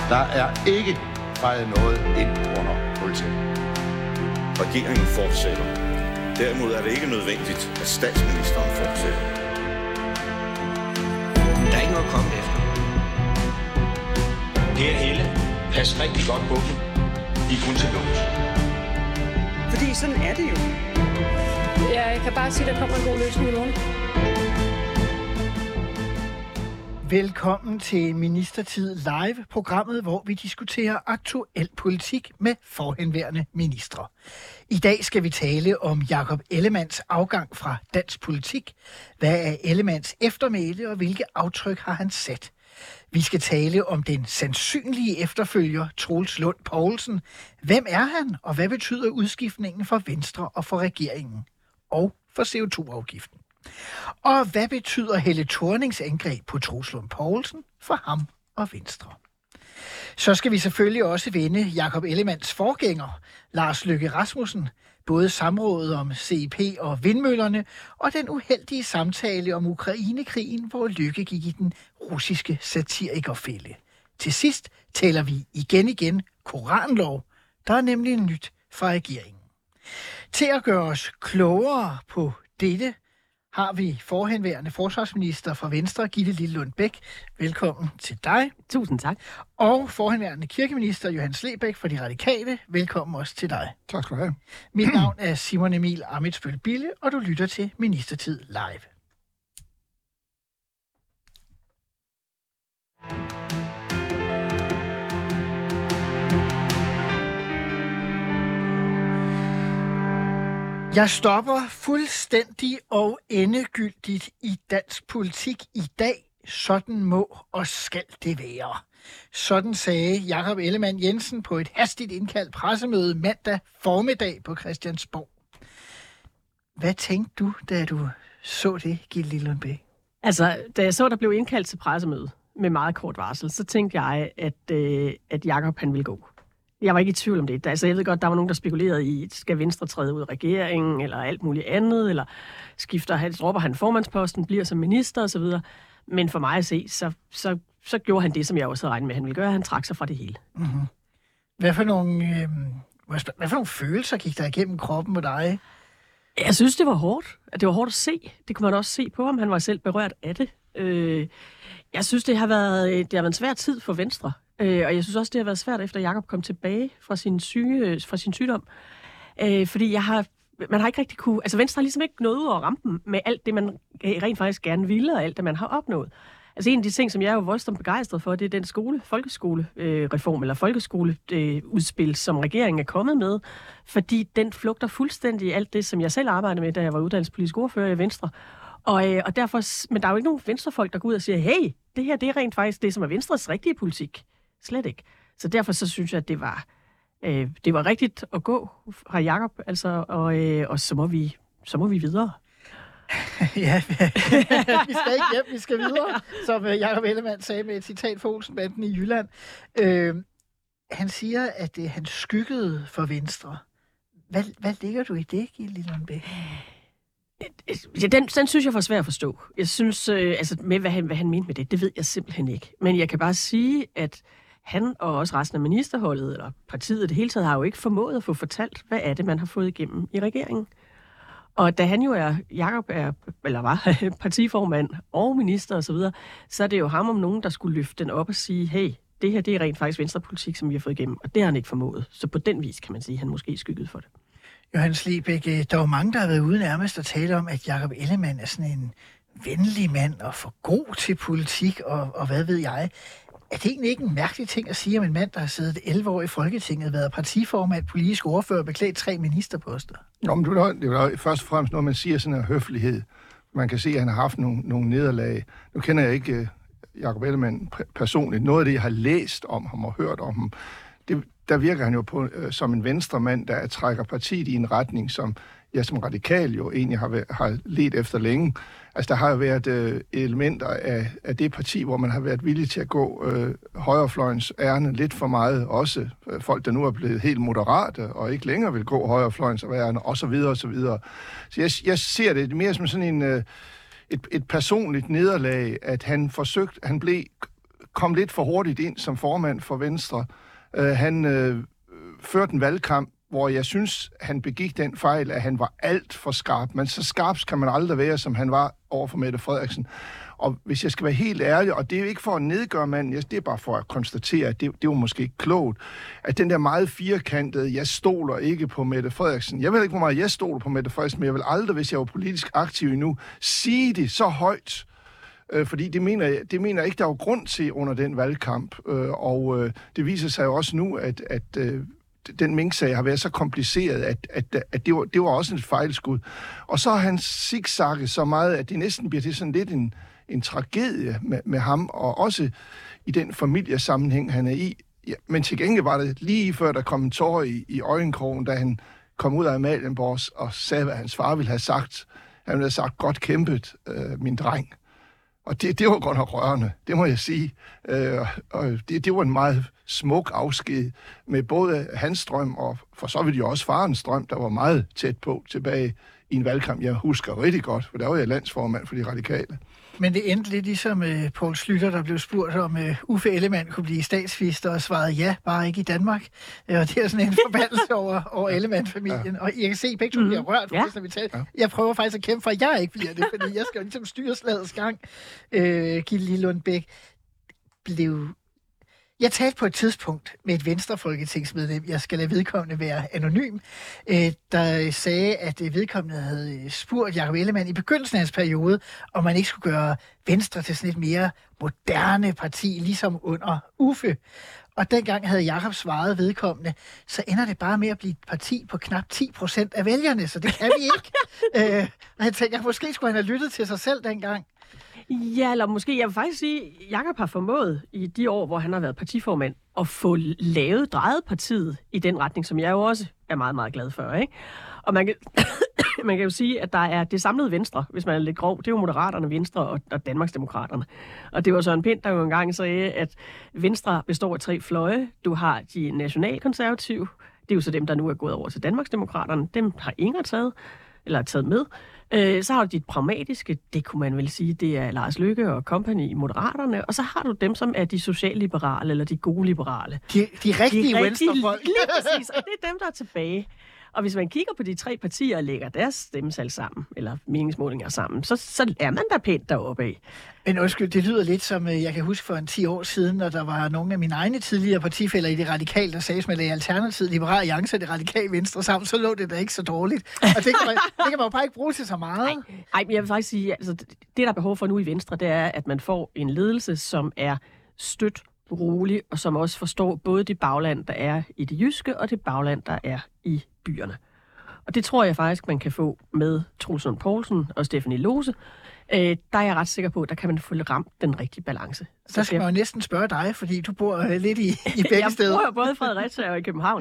Der er ikke fejret noget ind under politiet. Regeringen fortsætter. Derimod er det ikke nødvendigt, at statsministeren fortsætter. Der er ikke noget at komme efter. Per Helle, pas rigtig godt på dem. De er kun til lås. Fordi sådan er det jo. Ja, jeg kan bare sige, at der kommer en god løsning i morgen. Velkommen til Ministertid Live, programmet, hvor vi diskuterer aktuel politik med forhenværende ministre. I dag skal vi tale om Jakob Ellemanns afgang fra dansk politik. Hvad er Ellemanns eftermæle, og hvilke aftryk har han sat? Vi skal tale om den sandsynlige efterfølger, Troels Lund Poulsen. Hvem er han, og hvad betyder udskiftningen for Venstre og for regeringen? Og for CO2-afgiften. Og hvad betyder Helle Thornings angreb på Troels Lund Poulsen for ham og Venstre? Så skal vi selvfølgelig også vende Jakob Ellemanns forgænger, Lars Løkke Rasmussen, både samrådet om CIP og vindmøllerne, og den uheldige samtale om Ukrainekrigen, hvor Løkke gik i den russiske satirikerfælde. Til sidst taler vi igen koranlov. Der er nemlig nyt fra regeringen. Til at gøre os klogere på dette, har vi forhenværende forsvarsminister fra Venstre, Gitte Lillelund Bech. Velkommen til dig. Tusind tak. Og forhenværende kirkeminister Johannes Lebæk fra De Radikale. Velkommen også til dig. Tak skal du have. Mit navn er Simon Emil Amitsbøl Bille, og du lytter til Ministertid Live. Jeg stopper fuldstændig og endegyldigt i dansk politik i dag. Sådan må og skal det være. Sådan sagde Jakob Ellemann Jensen på et hastigt indkaldt pressemøde mandag formiddag på Christiansborg. Hvad tænkte du, da du så det, Gitte Lillelund Bech? Altså, da jeg så, der blev indkaldt til pressemøde med meget kort varsel, så tænkte jeg, at Jakob han ville gå. Jeg var ikke i tvivl om det. Altså, jeg ved godt, der var nogen, der spekulerede i, skal Venstre træde ud af regeringen, eller alt muligt andet, eller dropper han formandsposten, bliver som minister osv. Men for mig at se, så gjorde han det, som jeg også havde regnet med, han ville gøre. Han trak sig fra det hele. Mm-hmm. Hvad for nogle følelser gik der igennem kroppen på dig? Jeg synes, det var hårdt. Det var hårdt at se. Det kunne man også se på ham. Han var selv berørt af det. Jeg synes, det har været en svær tid for Venstre. Og jeg synes også, det har været svært, efter Jakob kom tilbage fra sin sygdom. Fordi man har ikke rigtig kunne... Altså, Venstre har ligesom ikke nået ud over rampen med alt det, man rent faktisk gerne ville, og alt det, man har opnået. Altså, en af de ting, som jeg er jo voldsomt begejstret for, det er den folkeskolereform, eller folkeskoleudspil, som regeringen er kommet med. Fordi den flugter fuldstændig alt det, som jeg selv arbejdede med, da jeg var uddannelsespolitisk ordfører i Venstre. Og derfor... Men der er jo ikke nogen venstrefolk, der går ud og siger, hey, det her, det er rent faktisk det, som er Venstres rigtige politik. Slet ikke. Så derfor så synes jeg, at det var rigtigt at gå fra Jakob, altså, og så må vi videre. Ja, vi skal ikke hjem, vi skal videre, som Jakob Ellemann sagde med et citat fra Olsen-banden i Jylland. Han siger, at han skyggede for Venstre. Hvad ligger du i det, Gitte Lillelund Bech? Ja, den synes jeg var svær at forstå. Jeg synes, med hvad han mente med det ved jeg simpelthen ikke. Men jeg kan bare sige, at han og også resten af ministerholdet, eller partiet det hele taget, har jo ikke formået at få fortalt, hvad er det, man har fået igennem i regeringen. Og da han jo var partiformand og minister osv., så er det jo ham om nogen, der skulle løfte den op og sige, hey, det her det er rent faktisk venstrepolitik, som vi har fået igennem, og det har han ikke formået. Så på den vis kan man sige, at han måske skyggede for det. Johannes Lebæk, der er jo mange, der har været ude nærmest at tale om, at Jakob Ellemann er sådan en venlig mand og for god til politik, og hvad ved jeg. Er det egentlig ikke en mærkelig ting at sige om en mand, der har siddet 11 år i Folketinget, været partiformand, politisk ordfører og beklædt 3 ministerposter? Nå, men det er først og fremmest, når man siger sådan en høflighed. Man kan se, at han har haft nogle nederlag. Nu kender jeg ikke Jakob Ellemann personligt. Noget af det, jeg har læst om ham og hørt om ham, der virker han jo på som en venstremand, der trækker partiet i en retning, som jeg som radikal jo egentlig har ledt efter længe. Altså, der har jo været elementer af det parti, hvor man har været villig til at gå højrefløjens ærne lidt for meget. Også folk, der nu er blevet helt moderate og ikke længere vil gå højrefløjens ærne, osv. osv. Så jeg ser det mere som sådan et personligt nederlag, at han blev kom lidt for hurtigt ind som formand for Venstre. Han førte en valgkamp, hvor jeg synes, han begik den fejl, at han var alt for skarp. Men så skarp kan man aldrig være, som han var over for Mette Frederiksen. Og hvis jeg skal være helt ærlig, og det er jo ikke for at nedgøre manden, det er bare for at konstatere, at det var måske ikke klogt, at den der meget firkantede, jeg stoler ikke på Mette Frederiksen. Jeg ved ikke, hvor meget jeg stoler på Mette Frederiksen, men jeg vil aldrig, hvis jeg var politisk aktiv endnu, sige det så højt. Fordi det mener jeg ikke, der var grund til under den valgkamp. Og det viser sig jo også nu, at den minksag har været så kompliceret, at det var også et fejlskud. Og så har han zigzagget så meget, at det næsten bliver til sådan lidt en tragedie med ham, og også i den familiesammenhæng, han er i. Ja, men til gengæld var det lige før, der kom en tår i øjenkrogen, da han kom ud af Amalienborg og sagde, hvad hans far ville have sagt. Han ville have sagt, godt kæmpet, min dreng. Og det var godt nok rørende, det må jeg sige. Og det var en meget smuk afsked med både hans drøm og for så vidt jo også farens drøm, der var meget tæt på tilbage i en valgkamp. Jeg husker rigtig godt, for der var jeg landsformand for de radikale. Men det endte lidt ligesom Poul Schlüter, der blev spurgt om Uffe Ellemann kunne blive statsminister, og svarede ja, bare ikke i Danmark. Og det er sådan en forbandelse over Ellemann-familien. Ja. Og I kan se, begge to bliver rørt, når vi taler. Ja. Jeg prøver faktisk at kæmpe for, at jeg ikke bliver det, fordi jeg skal jo ligesom styre slagets gang. Gitte Lillelund Bech blev... Jeg talte på et tidspunkt med et Venstre-folketingsmedlem, jeg skal lade vedkommende være anonym, der sagde, at vedkommende havde spurgt Jakob Ellemann i begyndelsen af hans periode, om man ikke skulle gøre Venstre til sådan et mere moderne parti, ligesom under Uffe. Og dengang havde Jakob svaret vedkommende, så ender det bare med at blive et parti på knap 10% af vælgerne, så det kan vi ikke. Og jeg tænker, måske skulle han have lyttet til sig selv dengang. Ja, eller måske, jeg vil faktisk sige, at Jakob har formået i de år, hvor han har været partiformand, at få drejet partiet i den retning, som jeg jo også er meget, meget glad for. Ikke? Og man kan jo sige, at der er det samlede Venstre, hvis man er lidt grov. Det er jo Moderaterne, Venstre og Danmarksdemokraterne. Og det var Søren Pind, der jo engang sagde, at Venstre består af 3 fløje. Du har de nationalkonservative. Det er jo så dem, der nu er gået over til Danmarksdemokraterne. Dem har Inger taget med. Så har du dit pragmatiske, det kunne man vel sige, det er Lars Løkke og company i Moderaterne, og så har du dem, som er de socialliberale eller de gode liberale. De rigtige venstrefolk. Lige præcis, og det er dem, der er tilbage. Og hvis man kigger på de 3 partier og lægger deres stemmetal sammen, eller meningsmålinger sammen, så er man da pænt deroppe af. Men undskyld, det lyder lidt som, jeg kan huske for 10 år siden, når der var nogle af mine egne tidligere partifæller i det radikale, der sagde, at man lagde Alternativet, Liberal Alliance og det radikale Venstre sammen, så lå det da ikke så dårligt. Og det kan man jo bare ikke bruge til så meget. Nej, men jeg vil faktisk sige, altså, det der er behov for nu i Venstre, det er, at man får en ledelse, som er støt, rolig, og som også forstår både det bagland, der er i det jyske, og det bagland, der er i byerne. Og det tror jeg faktisk, man kan få med Troels Lund Poulsen og Stephanie Lose. Der er jeg ret sikker på, at der kan man få ramt den rigtige balance. Så skal man jo næsten spørge dig, fordi du bor lidt i begge steder. Jeg bor både i Fredericia og i København.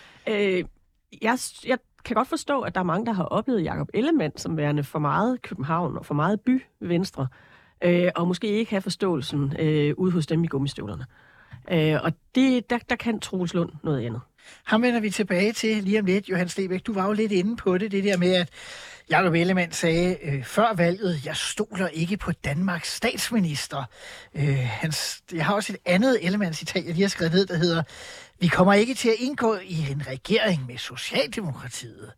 Jeg kan godt forstå, at der er mange, der har oplevet Jakob Ellemann som værende for meget København og for meget by-venstre, og måske ikke have forståelsen ude hos dem i gummistøvlerne. Og der kan Troels Lund noget andet. Ham vender vi tilbage til lige om lidt. Johan Stebæk, du var jo lidt inde på det der med, at Jakob Ellemann sagde før valget, jeg stoler ikke på Danmarks statsminister. Jeg har også et andet Ellemann-citat, jeg lige har skrevet ned, der hedder, vi kommer ikke til at indgå i en regering med Socialdemokratiet.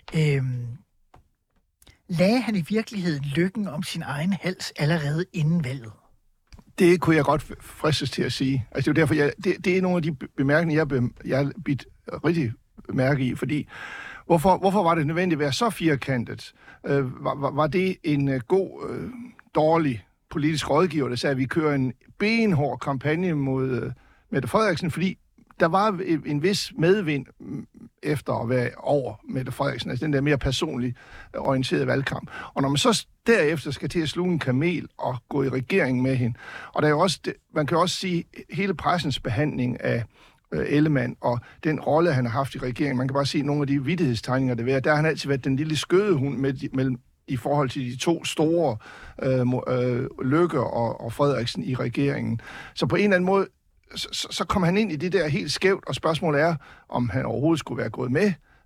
Lagde han i virkeligheden lykken om sin egen hals allerede inden valget? Det kunne jeg godt fristes til at sige. Altså, det er derfor, det er nogle af de bemærkninger, jeg har bidt rigtig mærke i, fordi hvorfor var det nødvendigt at være så firkantet? Var det en god, dårlig politisk rådgiver, der sagde, at vi kører en benhård kampagne mod Mette Frederiksen, fordi der var en vis medvind efter at være over Mette Frederiksen, altså den der mere personligt orienterede valgkamp. Og når man så derefter skal til at sluge en kamel og gå i regering med hende, og der er jo også, man kan også sige, hele pressens behandling af Ellemann og den rolle, han har haft i regeringen, man kan bare se nogle af de vittighedstegninger, der har han altid været den lille skødehund mellem i forhold til de 2 store Løkke og Frederiksen i regeringen. Så på en eller anden måde, så kom han ind i det der helt skævt, og spørgsmålet er, om han overhovedet skulle være gået med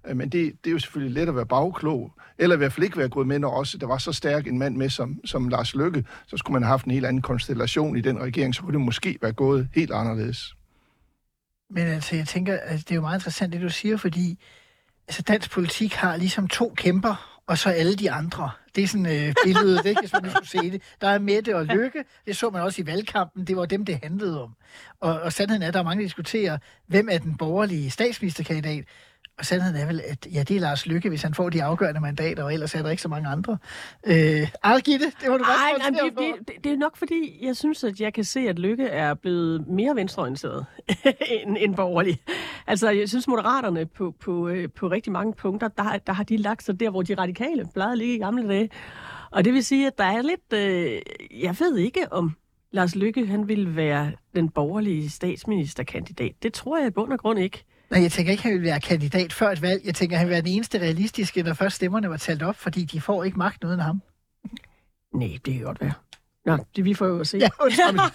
Men det er jo selvfølgelig let at være bagklog, eller i hvert fald ikke være gået med, når også der var så stærk en mand med som Lars Løkke, så skulle man have haft en helt anden konstellation i den regering, så kunne det måske være gået helt anderledes. Men altså, jeg tænker, altså, det er jo meget interessant, det du siger, fordi altså, dansk politik har ligesom 2 kæmper, og så alle de andre. Det er sådan billedet, ikke, hvis man skulle se det. Der er Mette og Løkke, det så man også i valgkampen, det var dem, det handlede om. Og sandheden er, at der er mange, der diskuterer, hvem er den borgerlige statsministerkandidat. Og sandheden er vel, at ja, det er Lars Løkke, hvis han får de afgørende mandater, og ellers er der ikke så mange andre. Gitte, det var du godt det er nok fordi, jeg synes, at jeg kan se, at Løkke er blevet mere venstreorienteret end borgerlig. Altså, jeg synes, Moderaterne på rigtig mange punkter, der har de lagt sig der, hvor de radikale plejede at ligge i gamle dage. Og det vil sige, at der er lidt... jeg ved ikke, om Lars Løkke han ville være den borgerlige statsministerkandidat. Det tror jeg i bund og grund ikke. Nej, jeg tænker ikke, han vil være kandidat før et valg. Jeg tænker, han vil være den eneste realistiske, når først stemmerne var talt op, fordi de får ikke magt uden ham. Nej, det kan godt være. Nå, det vi får jo at se. Ja, det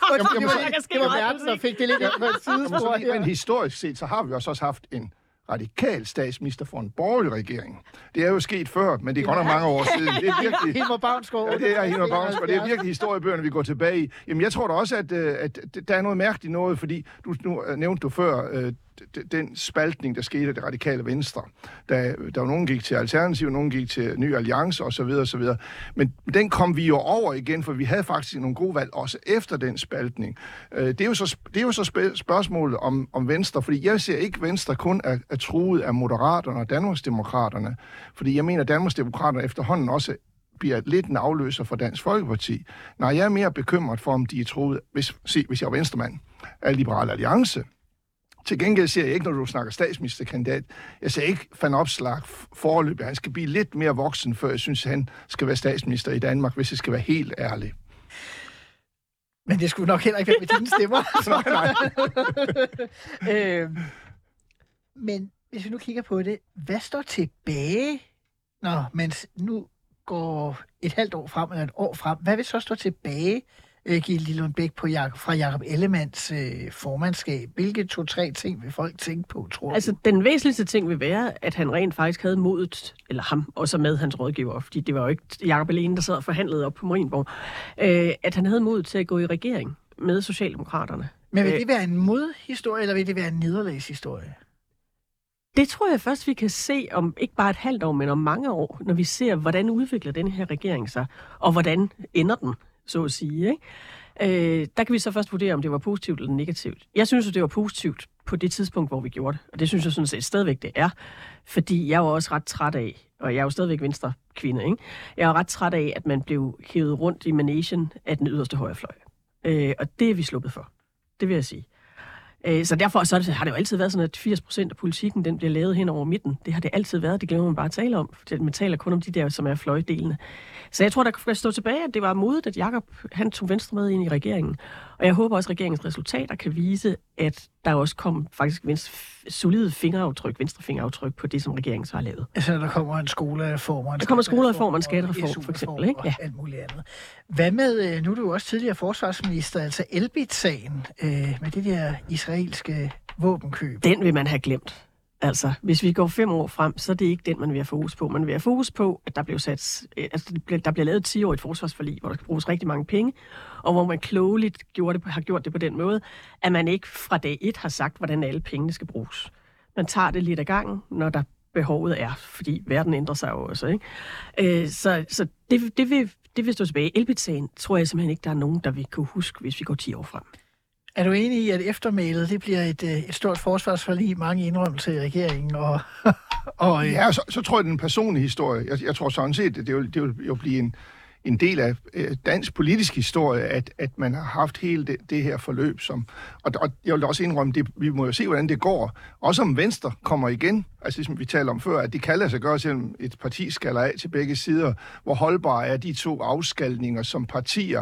var verden, der fik det lidt på et sidespor her. Men historisk set, så har vi også haft en radikal statsminister for en borgerlig regering. Det er jo sket før, men det er godt nok mange år siden. Det er virkelig... Hilmar Bavnsgaard. Ja, det er Hilmar Bavnsgaard. Det er virkelig historiebøgerne, vi går tilbage i. Jamen, jeg tror da også, at der er noget mærkeligt noget, fordi nu nævnte du før den spaltning, der skete af det radikale venstre. Der var nogen gik til Alternativ, nogen gik til Ny Alliance osv. osv. Men den kom vi jo over igen, for vi havde faktisk nogle gode valg også efter den spaltning. Det er jo så spørgsmålet om Venstre, fordi jeg ser ikke Venstre kun er truet af Moderaterne og Danmarksdemokraterne, fordi jeg mener, at Danmarksdemokraterne efterhånden også bliver lidt en afløser for Dansk Folkeparti. Nej, jeg er mere bekymret for, om de er truet, hvis jeg var venstremand, af Liberal Alliance. Til gengæld ser jeg ikke, når du snakker statsministerkandidat, jeg ser ikke Van Opslark foreløbig. Han skal blive lidt mere voksen, før jeg synes, han skal være statsminister i Danmark, hvis jeg skal være helt ærlig. Men det skulle nok heller ikke være med dine stemmer. Nej. Men hvis vi nu kigger på det, hvad står tilbage, mens nu går et halvt år frem eller et år frem? Hvad vil så stå tilbage, Gitte Lillelund Bech, fra Jakob Ellemanns formandskab? Hvilke 2-3 ting vil folk tænke på, tror du? Altså, den væsentligste ting vil være, at han rent faktisk havde modet, eller ham, også med hans rådgiver, fordi det var jo ikke Jakob alene, der sad og forhandlede op på Marienborg, at han havde modet til at gå i regering med Socialdemokraterne. Men vil det være en modhistorie, eller vil det være en nederlagshistorie? Det tror jeg først, vi kan se om ikke bare et halvt år, men om mange år, når vi ser, hvordan udvikler den her regering sig, og hvordan ender den, så at sige. Ikke? Der kan vi så først vurdere, om det var positivt eller negativt. Jeg synes, at det var positivt på det tidspunkt, hvor vi gjorde det. Og det synes jeg sådan set stadigvæk, det er. Fordi jeg var også ret træt af, og jeg er jo stadigvæk venstre kvinde, ikke? Jeg var ret træt af, at man blev hævet rundt i managen af den yderste højrefløj. Og det er vi sluppet for. Det vil jeg sige. Så derfor har det jo altid været sådan, at 80% af politikken, den bliver lavet hen over midten. Det har det altid været. Det glemmer man bare at tale om. For man taler kun om de der, som er fløjdelene. Så jeg tror, der kan stå tilbage, at det var modigt, at Jakob han tog Venstre med ind i regeringen. Og jeg håber også, at regeringens resultater kan vise, at der også kom faktisk solide venstre fingeraftryk på det, som regeringen så har lavet. Altså, der kommer en skolereform. Der kommer skolereform og en skattereform, for eksempel. Ikke? Ja. Alt muligt andet. Hvad med, nu er du også tidligere forsvarsminister, altså Elbit-sagen med det der israelske våbenkøb? Den vil man have glemt. Altså, hvis vi går 5 år frem, så er det ikke den, man vil have fokus på. Man vil have fokus på, at der bliver lavet 10-årigt forsvarsforlig, hvor der skal bruges rigtig mange penge, og hvor man klogeligt har gjort det på den måde, at man ikke fra dag 1 har sagt, hvordan alle pengene skal bruges. Man tager det lidt ad gangen, når der behovet er, fordi verden ændrer sig jo også. Ikke? Så det vil stå tilbage. Elbit-sagen tror jeg simpelthen ikke, der er nogen, der vil kunne huske, hvis vi går 10 år frem. Er du enig i, at eftermælet det bliver et stort forsvarsforlig, mange indrømmelser i regeringen? Ja, så tror jeg, det er en personlig historie. Jeg tror sådan set, at det vil jo blive en del af dansk politisk historie, at man har haft hele det her forløb. Og jeg vil også indrømme, vi må jo se, hvordan det går. Også om Venstre kommer igen, altså ligesom vi talte om før, at det kan lade sig gøre, selvom et parti skaller af til begge sider. Hvor holdbare er de 2 afskalninger som partier?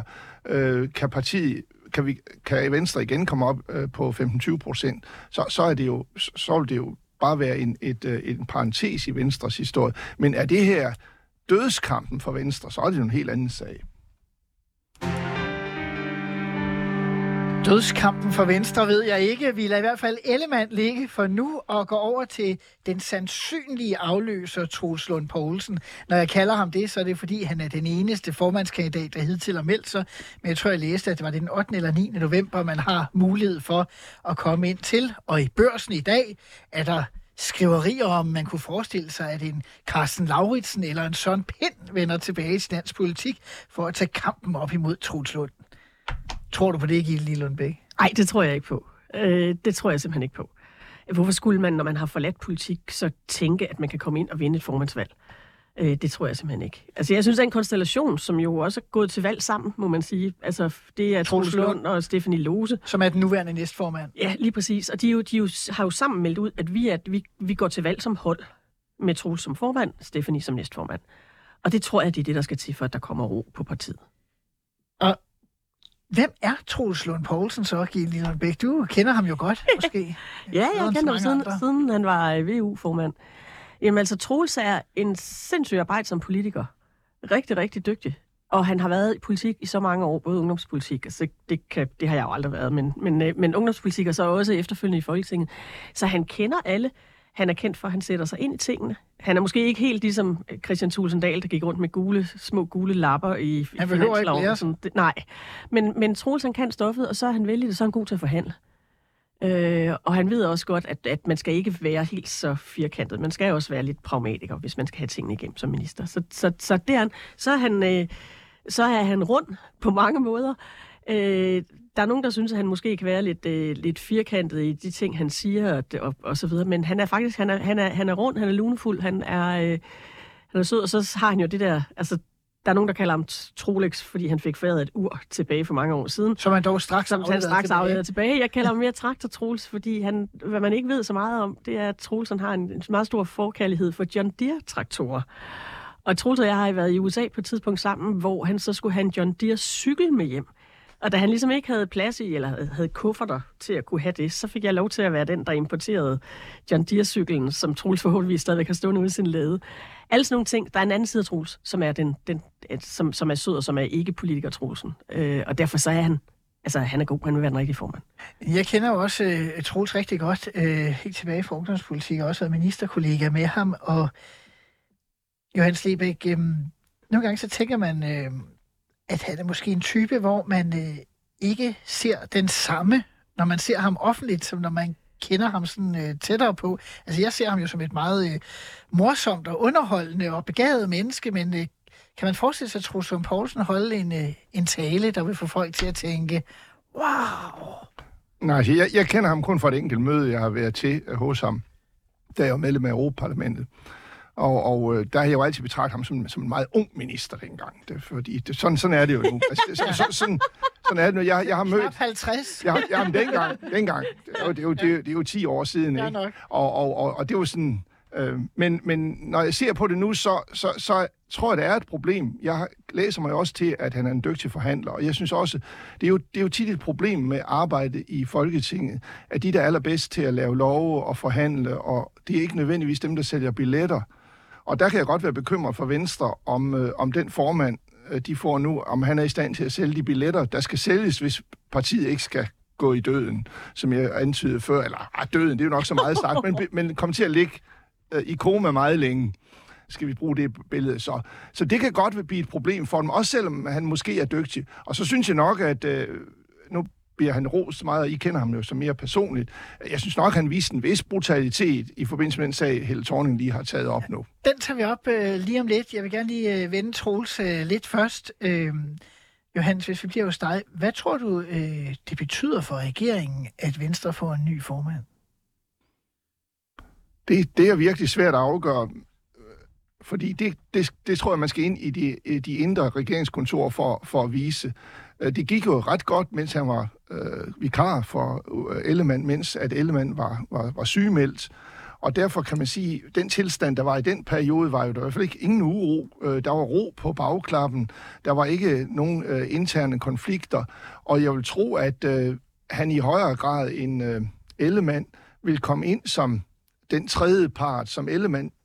Kan Venstre igen komme op på 15-20%, så vil det jo bare være en parentes i Venstres historie. Men er det her dødskampen for Venstre, så er det jo en helt anden sag. Dødskampen for Venstre ved jeg ikke. Vi lader i hvert fald Ellemann ligge for nu og går over til den sandsynlige afløser, Troels Lund Poulsen. Når jeg kalder ham det, så er det fordi, han er den eneste formandskandidat, der hidtil har meldt sig. Men jeg tror, jeg læste, at det var den 8. eller 9. november, man har mulighed for at komme ind til. Og i Børsen i dag er der skriverier om, man kunne forestille sig, at en Carsten Lauritsen eller en Søren Pind vender tilbage til dansk politik for at tage kampen op imod Troels Lund. Tror du på det, Gitte Lillelund-Bech? Nej, det tror jeg ikke på. Det tror jeg simpelthen ikke på. Hvorfor skulle man, når man har forladt politik, så tænke, at man kan komme ind og vinde et formandsvalg? Det tror jeg simpelthen ikke. Altså, jeg synes, det er en konstellation, som jo også er gået til valg sammen, må man sige. Altså, det er Troels Lund og Stephanie Lose. Som er den nuværende næstformand. Ja, lige præcis. Og de har jo sammen meldt ud, at vi går til valg som hold med Troels som formand, Stephanie som næstformand. Og det tror jeg, det er det, der skal til, for at der kommer ro på partiet. Og hvem er Troels Lund Poulsen så, Gitte Lillelund-Bech? Du kender ham jo godt, måske. Ja, jeg kender ham siden han var VU-formand. Jamen altså, Troels er en sindssygt arbejdsom politiker. Rigtig, rigtig dygtig. Og han har været i politik i så mange år, både ungdomspolitik, altså det har jeg jo aldrig været, men ungdomspolitik og så også efterfølgende i Folketinget. Så han kender alle. Han er kendt for, at han sætter sig ind i tingene. Han er måske ikke helt ligesom Kristian Thulesen Dahl, der gik rundt med små gule lapper i finansloven. Nej, men Troels han kan stoffet, og så er han vældig det, så er han god til at forhandle. Og han ved også godt, at man skal ikke være helt så firkantet. Man skal også være lidt pragmatiker, hvis man skal have tingene igennem som minister. Så det er han. Så er han rund på mange måder. Der er nogen, der synes, at han måske kan være lidt firkantet i de ting, han siger og så videre. Men han er faktisk han er rund, han er lunefuld, han er sød, og så har han jo det der. Altså, der er nogen, der kalder ham Trolex, fordi han fik foræret et ur tilbage for mange år siden. Som han dog straks afleverede tilbage. Jeg kalder ham mere Traktor Troels, fordi hvad man ikke ved så meget om, det er, at Troels har en meget stor forkærlighed for John Deere-traktorer. Og Troels og jeg har været i USA på et tidspunkt sammen, hvor han så skulle have en John Deere-cykel med hjem. Og da han ligesom ikke havde plads i, eller havde kufferter til at kunne have det, så fik jeg lov til at være den, der importerede John Deere-cyklen, som Troels forhåbentlig stadigvæk har stående ude i sin lade. Alle sådan nogle ting. Der er en anden side af Troels, som er som er sød, og som er ikke politiker Troelsen. Og derfor så er han er god, han vil være den rigtige formand. Jeg kender jo også Troels rigtig godt, helt tilbage fra ungdomspolitik, og også været ministerkollega med ham, og Johannes Lebæk, nogle gange så tænker man, at han er måske en type, hvor man ikke ser den samme, når man ser ham offentligt, som når man kender ham sådan tættere på. Altså, jeg ser ham jo som et meget morsomt og underholdende og begavet menneske, men kan man forestille sig, at Troels Lund Poulsen holde en tale, der vil få folk til at tænke, wow! Nej, jeg kender ham kun fra et enkelt møde, jeg har været til hos ham, da jeg var medlem af Europaparlamentet. Og der har jeg jo altid betragtet ham som en meget ung minister dengang. Fordi sådan er det jo nu. Altså, sådan er det nu. Jeg har mødt... 50. Jamen, dengang. Det er jo 10 år siden, ikke? Og det var sådan... Men når jeg ser på det nu, så tror jeg, det er et problem. Jeg læser mig også til, at han er en dygtig forhandler. Og jeg synes også, det er jo tit et problem med arbejde i Folketinget, at de, der er allerbedst til at lave love og forhandle, og det er ikke nødvendigvis dem, der sælger billetter. Og der kan jeg godt være bekymret for Venstre, om den formand, de får nu, om han er i stand til at sælge de billetter, der skal sælges, hvis partiet ikke skal gå i døden, som jeg antydede før. Eller døden, det er jo nok så meget sagt, men kom til at ligge i koma meget længe, skal vi bruge det billede så. Så det kan godt blive et problem for dem, også selvom han måske er dygtig. Og så synes jeg nok, at nu bliver han rost meget, og I kender ham jo som mere personligt. Jeg synes nok, han viste en vis brutalitet i forbindelse med den sag, Helle Thorning lige har taget op nu. Den tager vi op lige om lidt. Jeg vil gerne lige vende Troels lidt først. Johannes, hvis vi bliver hos dig, hvad tror du, det betyder for regeringen, at Venstre får en ny formand? Det er virkelig svært at afgøre, fordi det tror jeg, man skal ind i de indre regeringskontorer for at vise. Det gik jo ret godt, mens han var vikar for Ellemann, mens at Ellemann var sygemeldt. Og derfor kan man sige, at den tilstand, der var i den periode, var jo der i hvert fald ikke ingen uro. Der var ro på bagklappen. Der var ikke nogen interne konflikter. Og jeg vil tro, at han i højere grad end Ellemann vil komme ind som den tredje part, som Ellemann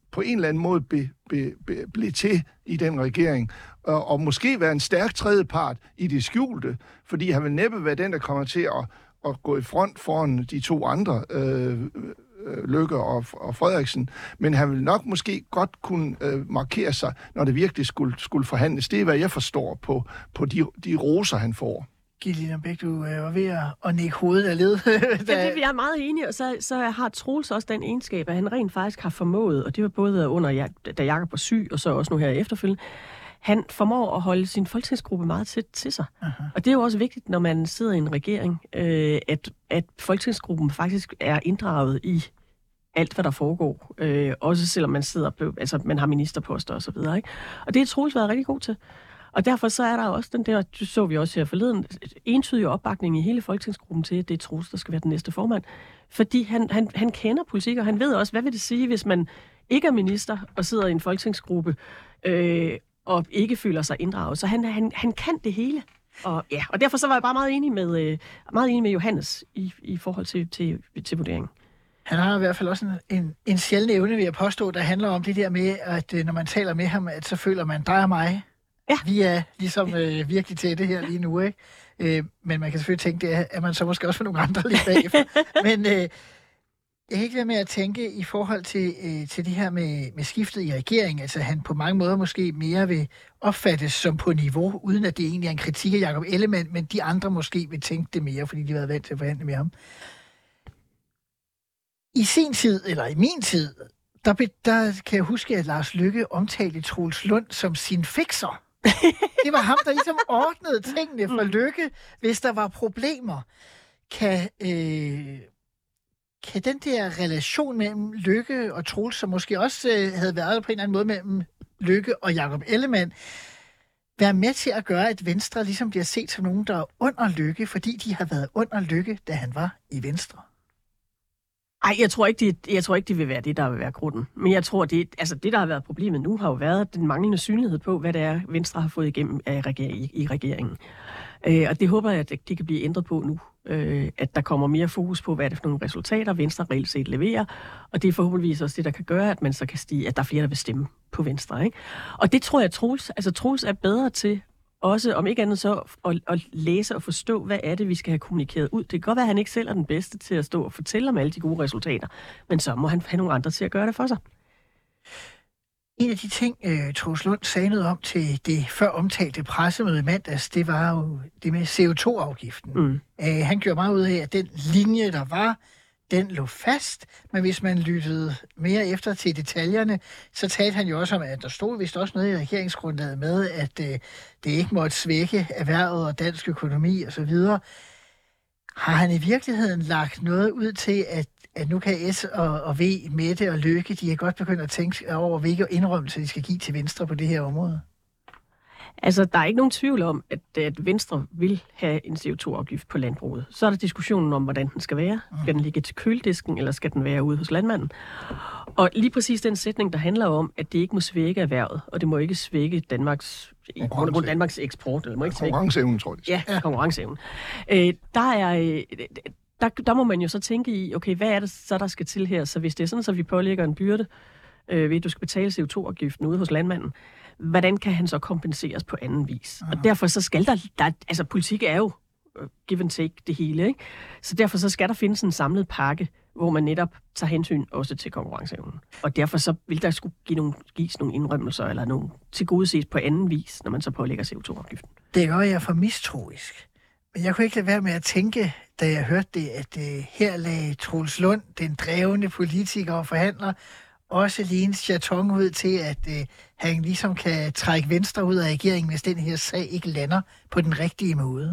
på en eller anden måde blive til i den regering, og måske være en stærk tredjepart i det skjulte, fordi han vil næppe være den, der kommer til at gå i front foran de to andre, Løkke og Frederiksen, men han vil nok måske godt kunne markere sig, når det virkelig skulle forhandles. Det er, hvad jeg forstår på de roser, han får. Gitte Lillebæk, du var ved at nikke hovedet af led. Ja, vi er meget enige, og så har Troels også den egenskab, at han rent faktisk har formået, og det var både under, da Jakob var syg, og så også nu her efterfølgende, han formår at holde sin folketingsgruppe meget tæt til sig. Aha. Og det er jo også vigtigt, når man sidder i en regering, at folketingsgruppen faktisk er inddraget i alt, hvad der foregår. Også selvom man sidder på, altså man har ministerposter og så videre, ikke? Og det er Troels været rigtig god til. Og derfor så er der også den der, det så vi også her forleden, entydig opbakning i hele folketingsgruppen til, at det er Troels, der skal være den næste formand. Fordi han kender politik, og han ved også, hvad vil det sige, hvis man ikke er minister og sidder i en folketingsgruppe og ikke føler sig inddraget. Så han kan det hele. Og derfor så var jeg bare meget enig med Johannes i forhold til vurderingen. Han har i hvert fald også en sjælden evne, vil jeg påstå, der handler om det der med, at når man taler med ham, at så føler man, dig og mig. Ja. Vi er ligesom virkelig til det her lige nu, ikke? Men man kan selvfølgelig tænke, det er man så måske også for nogle andre lidt bagefter. Men jeg kan ikke være med at tænke i forhold til det her med skiftet i regeringen. Altså han på mange måder måske mere vil opfattes som på niveau, uden at det egentlig er en kritik af Jakob Ellemann, men de andre måske vil tænke det mere, fordi de har været vant til at forhandle med ham. I sin tid, eller i min tid, der kan jeg huske, at Lars Løkke omtalte Troels Lund som sin fikser. Det var ham, der ligesom ordnede tingene for Løkke, hvis der var problemer. Kan den der relation mellem Løkke og Troels, som måske også havde været på en eller anden måde mellem Løkke og Jakob Ellemann, være med til at gøre, at Venstre ligesom bliver set som nogen, der er under Løkke, fordi de har været under Løkke, da han var i Venstre? Ej, jeg tror ikke, det vil være det, der vil være grunden. Men jeg tror, det der har været problemet nu, har jo været den manglende synlighed på, hvad det er, Venstre har fået igennem i regeringen. Og det håber jeg, at det kan blive ændret på nu. At der kommer mere fokus på, hvad det er for nogle resultater, Venstre reelt set leverer. Og det er forhåbentligvis også det, der kan gøre, at man så kan stige, at der er flere, der vil stemme på Venstre. Ikke? Og det tror jeg, Troels er bedre til, også om ikke andet så at læse og forstå, hvad er det, vi skal have kommunikeret ud. Det kan godt være, at han ikke selv er den bedste til at stå og fortælle om alle de gode resultater, men så må han have nogle andre til at gøre det for sig. En af de ting, Troels Lund sagde noget om til det før omtalte pressemøde i mandags, det var jo det med CO2-afgiften. Han gjorde meget ud af, at den linje, der var, den lå fast, men hvis man lyttede mere efter til detaljerne, så talte han jo også om, at der stod vist også noget i regeringsgrundlaget med, at det ikke måtte svække erhvervet og dansk økonomi osv. Har han i virkeligheden lagt noget ud til, at nu kan S og V, Mette og Løkke, de er godt begyndt at tænke over, hvilke indrømmelser de skal give til Venstre på det her område? Altså, der er ikke nogen tvivl om, at Venstre vil have en CO2-afgift på landbruget. Så er der diskussionen om, hvordan den skal være. Skal den ligge til køledisken, eller skal den være ude hos landmanden? Og lige præcis den sætning, der handler om, at det ikke må svække erhvervet, og det må ikke svække Danmarks eksport. Eller må ikke konkurrenceevnen, tror jeg. Ja, konkurrenceevnen. Der må man jo så tænke i, okay, hvad er det så, der skal til her? Så hvis det er sådan, så vi pålægger en byrde, ved at du skal betale CO2-afgiften ude hos landmanden, hvordan kan han så kompenseres på anden vis? Og derfor så skal der politik er jo give and take det hele, ikke? Så derfor så skal der findes en samlet pakke, hvor man netop tager hensyn også til konkurrenceevnen. Og derfor så vil der skulle gives nogle indrømmelser, eller nogle tilgodeses på anden vis, når man så pålægger CO2-afgiften. Det gør jeg for mistroisk. Men jeg kunne ikke lade være med at tænke, da jeg hørte det, at her lagde Troels Lund, den drevne politiker og forhandler, også lige en chaton ud til, at han ligesom kan trække Venstre ud af regeringen, hvis den her sag ikke lander på den rigtige måde.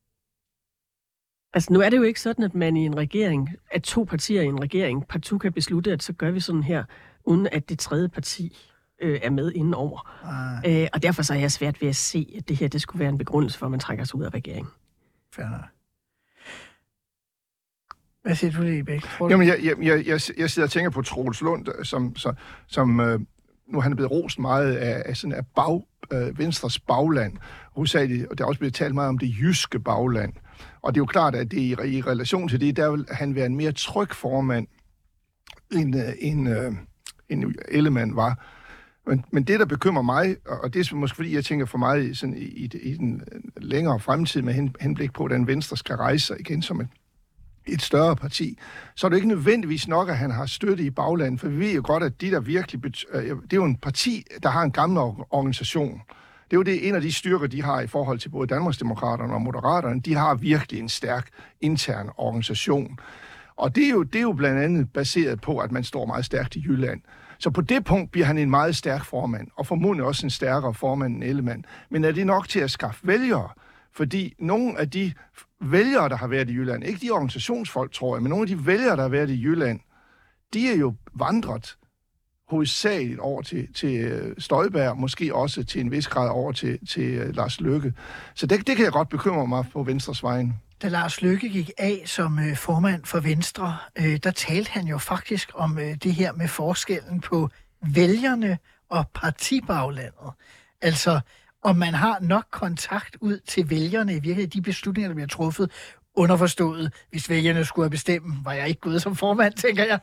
Altså nu er det jo ikke sådan, at man i en regering, at to partier i en regering partout kan beslutte, at så gør vi sådan her, uden at det tredje parti er med indenover. Og derfor så er jeg svært ved at se, at det her det skulle være en begrundelse for, at man trækker sig ud af regeringen. Fair. Hvad siger du, Lillebæk? Jamen, jeg sidder og tænker på Troels Lund, som nu han er blevet rost meget af sådan Venstres bagland. Hovedsageligt, og der er også blevet talt meget om det jyske bagland. Og det er jo klart, at det i relation til det, der vil han være en mere tryg formand end Ellemann var. Men det, der bekymrer mig, og det er måske fordi, jeg tænker for mig sådan i den længere fremtid med henblik på, at den Venstre skal rejse sig igen som et større parti, så er det ikke nødvendigvis nok, at han har støtte i baglandet, for vi ved jo godt, at de der virkelig... det er jo en parti, der har en gammel organisation. Det er jo en af de styrker, de har i forhold til både Danmarksdemokraterne og Moderaterne. De har virkelig en stærk intern organisation. Og det er jo blandt andet baseret på, at man står meget stærkt i Jylland. Så på det punkt bliver han en meget stærk formand, og formodentlig også en stærkere formand end Ellemann. Men er det nok til at skaffe vælgere? Fordi nogle af de vælgere, der har været i Jylland, ikke de organisationsfolk, tror jeg, men nogle af de vælgere, der har været i Jylland, de er jo vandret hovedsageligt over til Støjberg, måske også til en vis grad over til Lars Løkke. Så det kan jeg godt bekymre mig på Venstres vegne. Da Lars Løkke gik af som formand for Venstre, der talte han jo faktisk om det her med forskellen på vælgerne og partibaglandet. Altså, om man har nok kontakt ud til vælgerne i virkeligheden, de beslutninger, der bliver truffet, underforstået, hvis vælgerne skulle have bestemt, var jeg ikke gået som formand, tænker jeg.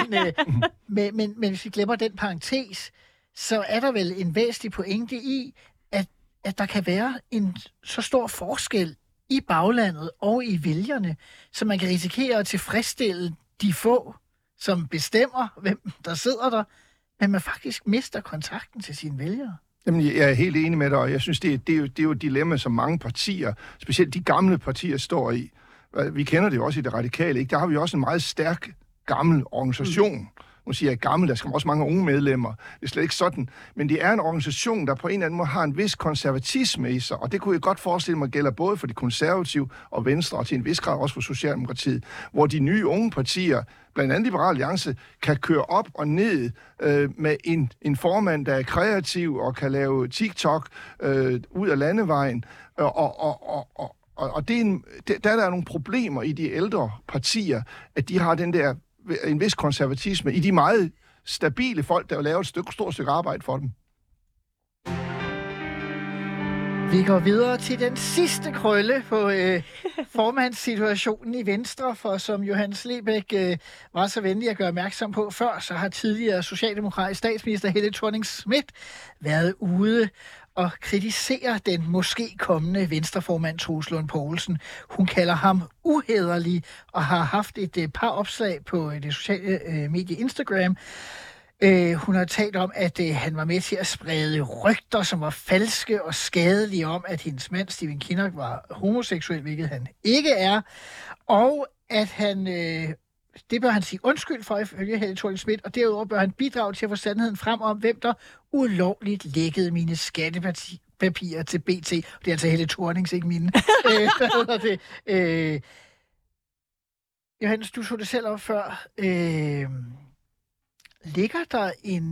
Men hvis vi glemmer den parentes, så er der vel en væsentlig pointe i, at der kan være en så stor forskel i baglandet og i vælgerne, så man kan risikere at tilfredsstille de få, som bestemmer, hvem der sidder der, men man faktisk mister kontakten til sine vælgere. Jamen, jeg er helt enig med dig, og jeg synes, det er jo et dilemma, som mange partier, specielt de gamle partier, står i. Vi kender det jo også i det radikale, ikke? Der har vi også en meget stærk, gammel organisation. Nu siger jeg gammel, der skal også mange unge medlemmer. Det er slet ikke sådan. Men det er en organisation, der på en eller anden måde har en vis konservatisme i sig, og det kunne jeg godt forestille mig gælder både for de konservative og Venstre, og til en vis grad også for Socialdemokratiet, hvor de nye unge partier, blandt andet Liberal Alliance, kan køre op og ned med en formand, der er kreativ og kan lave TikTok ud af landevejen. Og der er nogle problemer i de ældre partier, at de har en vis konservatisme i de meget stabile folk, der laver et stort stykke arbejde for dem. Vi går videre til den sidste krølle på formandssituationen i Venstre, for som Johannes Lebæk var så venlig at gøre opmærksom på før, så har tidligere socialdemokratisk statsminister Helle Thorning-Schmidt været ude og kritisere den måske kommende venstreformand Troels Lund Poulsen. Hun kalder ham uhæderlig og har haft et par opslag på det sociale medie Instagram. Hun har talt om, at han var med til at sprede rygter, som var falske og skadelige om, at hendes mand Stephen Kinnock var homoseksuel, hvilket han ikke er. Og at han... Det bør han sige undskyld for, ifølge Helle Thorning-Schmidt, og derudover bør han bidrage til at få sandheden frem om, hvem der ulovligt lækkede mine skattepapirer til BT. Det er altså Helle Thornings, ikke mine. Johannes, du så det selv op før. Ligger der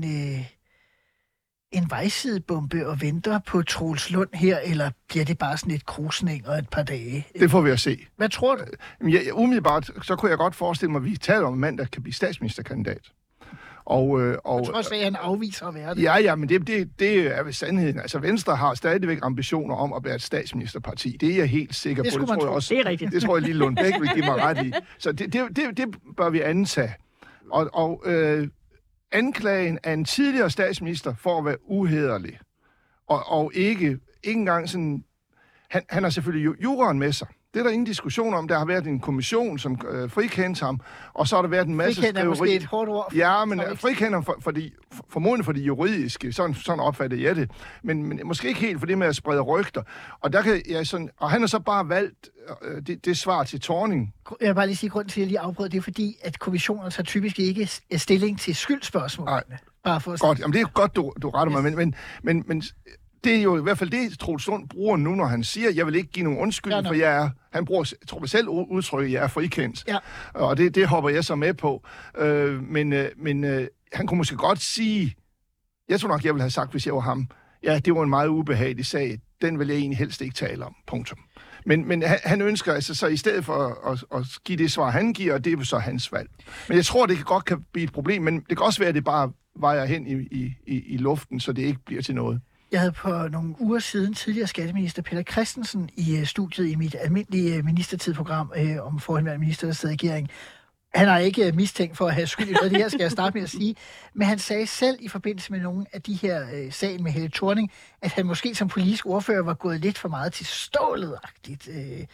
en vejsidebombe og venter på Troels Lund her, eller bliver det bare sådan et krusning og et par dage? Det får vi at se. Hvad tror du? Umiddelbart, så kunne jeg godt forestille mig, at vi taler om en mand, der kan blive statsministerkandidat. Og jeg tror også, at han afviser at være det. Ja, men det er ved sandheden. Altså, Venstre har stadigvæk ambitioner om at være et statsministerparti. Det er jeg helt sikker på. Det tror jeg også. Det er rigtigt. Det tror jeg lige Lund Bæk vil give mig ret i. Så det bør vi antage. Og anklagen af en tidligere statsminister for at være uhæderlig, og ikke engang sådan... Han har selvfølgelig juraen med sig. Det er der ingen diskussion om. Der har været en kommission, som frikendte ham, og så har der været en masse skriveri. Frikendte er måske et hårdt ord. Ja, men frikendte ham formodentlig for det juridiske. Sådan opfattede jeg det. Men måske ikke helt for det med at sprede rygter. Og der kan jeg sådan... Og han har så bare valgt det svar til Thorning. Jeg vil bare lige sige, grund til, at jeg lige afbrød, det er fordi, at kommissioner tager typisk ikke stilling til skyldspørgsmålene. Bare for godt, jamen det er godt, du retter mig, men det er jo i hvert fald det, Troels Lund bruger nu, når han siger, jeg vil ikke give nogen undskyldning, for han bruger, tror jeg selv, udtrykket, jeg er frikendt. Ja. Og det hopper jeg så med på. Men han kunne måske godt sige, jeg tror nok, jeg ville have sagt, hvis jeg var ham, ja, det var en meget ubehagelig sag, den vil jeg egentlig helst ikke tale om, punktum. Men han ønsker altså så i stedet for at give det svar, han giver, og det er så hans valg. Men jeg tror, det godt kan blive et problem, men det kan også være, at det bare vejer hen i luften, så det ikke bliver til noget. Jeg havde på nogle uger siden tidligere skatteminister Peter Christensen i studiet i mit almindelige ministertidprogram om forhenværende minister, der sad i regering. Han har ikke mistænkt for at have skyld i noget, det her skal jeg starte med at sige. Men han sagde selv i forbindelse med nogle af de her sagen med Helle Thorning, at han måske som politisk ordfører var gået lidt for meget til stålet-agtigt.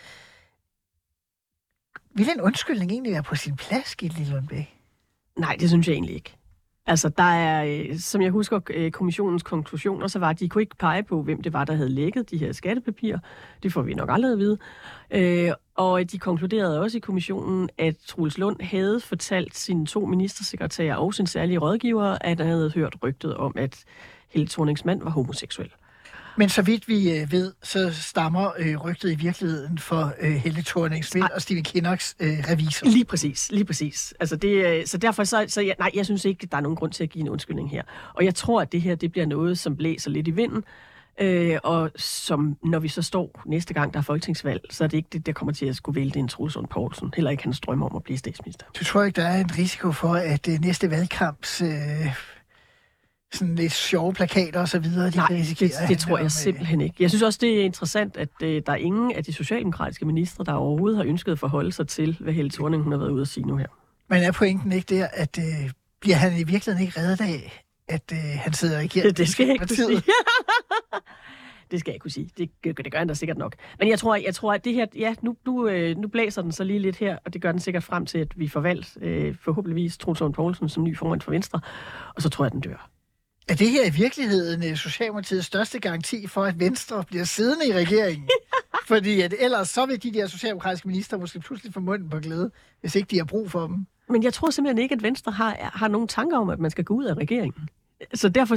Vil en undskyldning egentlig være på sin plads, Gitte Lillelund-Bech? Nej, det synes jeg egentlig ikke. Altså, der er, som jeg husker, kommissionens konklusioner, så var, at de kunne ikke pege på, hvem det var, der havde lækket de her skattepapirer. Det får vi nok aldrig at vide. Og de konkluderede også i kommissionen, at Troels Lund havde fortalt sine 2 ministersekretærer og sin særlige rådgiver, at han havde hørt rygtet om, at Helle Thornings mand var homoseksuel. Men så vidt vi ved, så stammer rygtet i virkeligheden for Helle Thorning-Schmidt og Stephen Kinnocks revisor. Lige præcis. Altså så derfor jeg synes ikke, der er nogen grund til at give en undskyldning her. Og jeg tror, at det her det bliver noget, som blæser lidt i vinden. Og som, når vi så står næste gang, der er folketingsvalg, så er det ikke det, der kommer til at skulle vælte en Troels Lund Poulsen. Heller ikke hans drømme om at blive statsminister. Du tror ikke, der er en risiko for, at næste valgkamps sådan lidt sjove plakater og så videre? Nej, det tror jeg simpelthen ikke. Jeg synes også, det er interessant, at der er ingen af de socialdemokratiske ministre, der overhovedet har ønsket at forholde sig til, hvad Helle Thorning hun har været ude at sige nu her. Men er pointen ikke der, at bliver han i virkeligheden ikke reddet af, at han sidder og regerer? Det skal jeg ikke kunne sige. Det skal jeg ikke kunne sige. Det gør han da sikkert nok. Men jeg tror, at det her, ja, nu blæser den så lige lidt her, og det gør den sikkert frem til, at vi får valgt forhåbentligvis Troels Lund Poulsen som ny formand for Venstre, og så tror jeg, den dør. Er det her i virkeligheden Socialdemokratiets største garanti for, at Venstre bliver siddende i regeringen? Fordi at ellers så vil de der socialdemokratiske minister måske pludselig få munden på glæde, hvis ikke de har brug for dem. Men jeg tror simpelthen ikke, at Venstre har nogen tanker om, at man skal gå ud af regeringen. Så derfor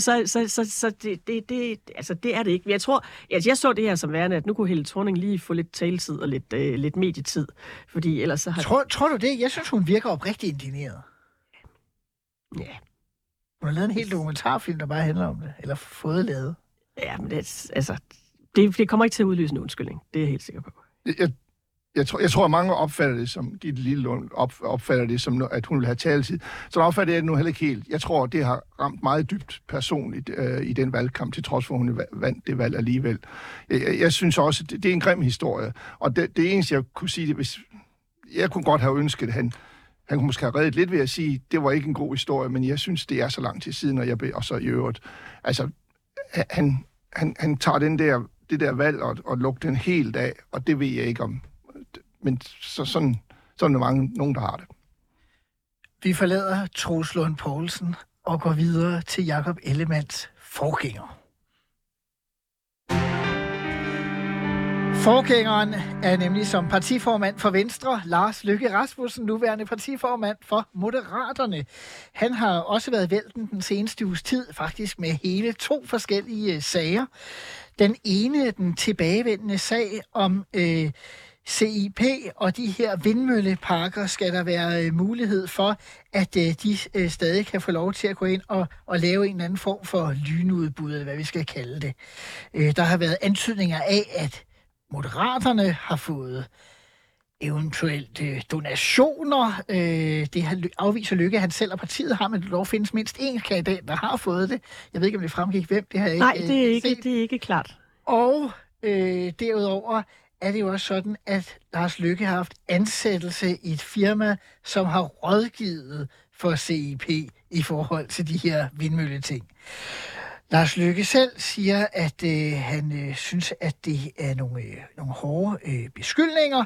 det er det ikke. Jeg tror, jeg så det her som værende, at nu kunne Helle Thorning lige få lidt taletid og lidt medietid, fordi ellers så har... Tror du det? Jeg synes, hun virker oprigtigt indigneret. Ja. Hun har lavet en helt dokumentarfilm, der bare handler om det, eller fået lavet. Ja, men det kommer ikke til at udløse en undskyldning. Det er jeg helt sikker på. Jeg tror, at mange opfatter det som, Gitte Lillelund opfatter det som, at hun vil have taletid. Så opfatter jeg det nu heller ikke helt. Jeg tror, det har ramt meget dybt personligt i den valgkamp, til trods for, at hun vandt det valg alligevel. Jeg synes også, det er en grim historie. Og det eneste, jeg kunne sige, hvis jeg kunne godt have ønsket, at han kunne måske have reddet lidt ved at sige, det var ikke en god historie, men jeg synes, det er så lang tid siden, og så i øvrigt. Altså, han tager det der valg og lukker den helt af, og det ved jeg ikke om. Men sådan er der nogen, der har det. Vi forlader Troels Lund Poulsen og går videre til Jakob Ellemanns forgænger. Forgængeren er nemlig som partiformand for Venstre, Lars Løkke Rasmussen, nuværende partiformand for Moderaterne. Han har også været vælten den seneste uges tid, faktisk med hele 2 forskellige sager. Den ene, den tilbagevendende sag om CIP og de her vindmølleparker, skal der være mulighed for, at de stadig kan få lov til at gå ind og lave en eller anden form for lynudbud, eller hvad vi skal kalde det. Der har været antydninger af, at Moderaterne har fået eventuelt donationer. Det afviser Løkke, han selv og partiet har, men det dog findes mindst én kandidat, der har fået det. Jeg ved ikke, om det fremgik hvem. Det har jeg Nej, det er ikke klart. Og derudover er det jo også sådan, at Lars Løkke har haft ansættelse i et firma, som har rådgivet for CIP i forhold til de her vindmølleting. Lars Løkke selv siger, at han synes, at det er nogle hårde beskyldninger.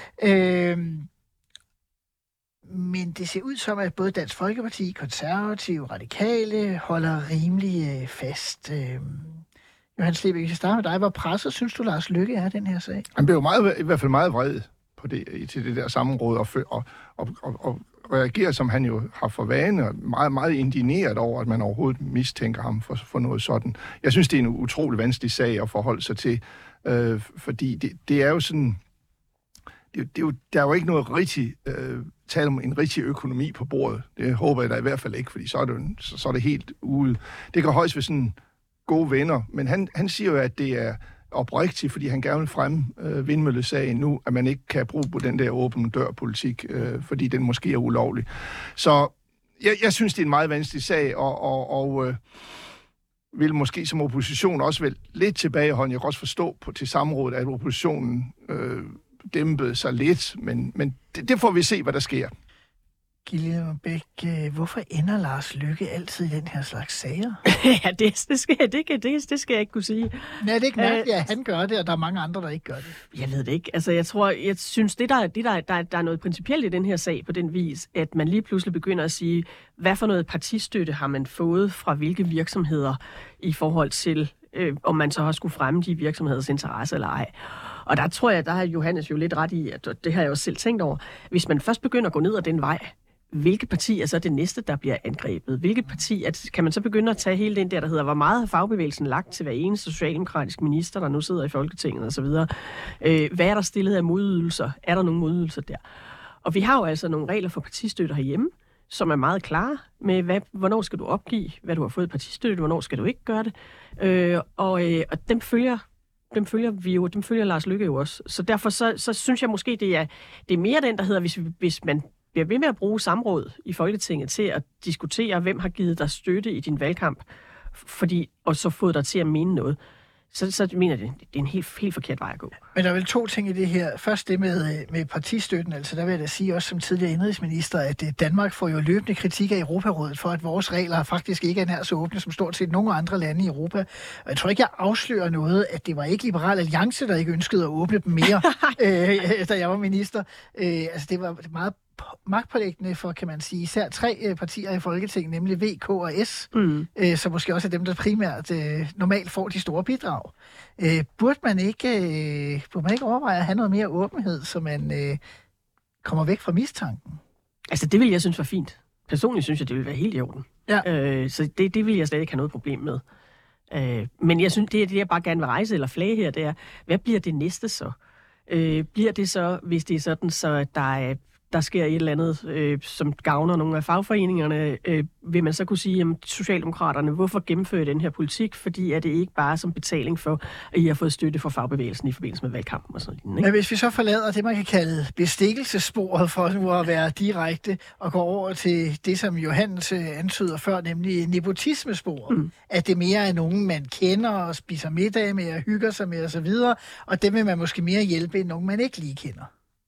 Men det ser ud som, at både Dansk Folkeparti, Konservative, Radikale holder rimelig fast. Johan Slebeck, hvis jeg starter med dig, hvor presset synes du, Lars Løkke er den her sag? Han blev i hvert fald meget vred på til det der sammenråd og reagerer, som han jo har for vane, og meget, meget indigneret over, at man overhovedet mistænker ham for noget sådan. Jeg synes, det er en utrolig vanskelig sag at forholde sig til, fordi det er jo sådan... Der er jo ikke noget rigtig tale om en rigtig økonomi på bordet. Det håber jeg da i hvert fald ikke, fordi så er det helt ude. Det kan højst være sådan gode venner, men han siger jo, at det er oprigtigt, fordi han gerne vil fremme vindmøllesagen nu, at man ikke kan bruge på den der åben dør-politik, fordi den måske er ulovlig. Så jeg synes, det er en meget vanskelig sag, og vil måske som opposition også vel lidt tilbageholde. Jeg kan også forstå til samrådet, at oppositionen dæmpede sig lidt, men det får vi se, hvad der sker. Gillian Bæk, hvorfor ender Lars Løkke altid i den her slags sager? Ja, det skal jeg ikke kunne sige. Nej, det er ikke mærkeligt, at han gør det, og der er mange andre, der ikke gør det. Jeg ved det ikke. Altså, jeg synes, der er noget principielt i den her sag på den vis, at man lige pludselig begynder at sige, hvad for noget partistøtte har man fået fra hvilke virksomheder i forhold til, om man så har skulle fremme de virksomheders interesse eller ej. Og der tror jeg, der har Johannes jo lidt ret i, at det har jeg også selv tænkt over. Hvis man først begynder at gå ned ad den vej, hvilket parti er så det næste, der bliver angrebet? Hvilket parti, kan man så begynde at tage hele den der hedder, hvor meget har fagbevægelsen lagt til hver eneste socialdemokratisk minister, der nu sidder i Folketinget osv.? Hvad er der stillet af modydelser? Er der nogle modydelser der? Og vi har jo altså nogle regler for partistøtte herhjemme, som er meget klare med, hvornår skal du opgive, hvad du har fået i partistøtte, hvornår skal du ikke gøre det. Og dem følger Lars Løkke jo også. Så derfor så synes jeg måske, det er mere den, der hedder, hvis man bliver ved med at bruge samråd i Folketinget til at diskutere, hvem har givet dig støtte i din valgkamp, og så fået dig til at mene noget, så mener jeg, det er en helt forkert vej at gå. Men der er vel to ting i det her. Først det med partistøtten, altså der vil jeg da sige også som tidligere indrigsminister, at Danmark får jo løbende kritik af Europarådet for, at vores regler faktisk ikke er nær så åbne som stort set nogle andre lande i Europa. Og jeg tror ikke, jeg afslører noget, at det var ikke Liberal Alliance, der ikke ønskede at åbne dem mere, da jeg var minister. Altså det var meget magtpålæggende for, kan man sige, især 3 partier i Folketinget, nemlig V, K og S, som måske også er dem, der primært normalt får de store bidrag. Burde man ikke overveje at have noget mere åbenhed, så man kommer væk fra mistanken? Altså, det vil jeg synes var fint. Personligt synes jeg, det vil være helt i orden. Ja. Så det vil jeg slet ikke have noget problem med. Men jeg synes, det jeg bare gerne vil rejse eller flage her, det er, hvad bliver det næste så? Bliver det så, hvis det er sådan, så der sker et eller andet, som gavner nogle af fagforeningerne, vil man så kunne sige, at Socialdemokraterne, hvorfor gennemføre den her politik? Fordi er det ikke bare som betaling for, at I har fået støtte fra fagbevægelsen i forbindelse med valgkampen og sådan noget. Men hvis vi så forlader det, man kan kalde bestikkelsessporet for nu at være direkte, og går over til det, som Johannes antyder før, nemlig nepotismesporet, at det mere er nogen, man kender og spiser middag med og hygger sig med osv., og dem vil man måske mere hjælpe end nogen, man ikke lige kender.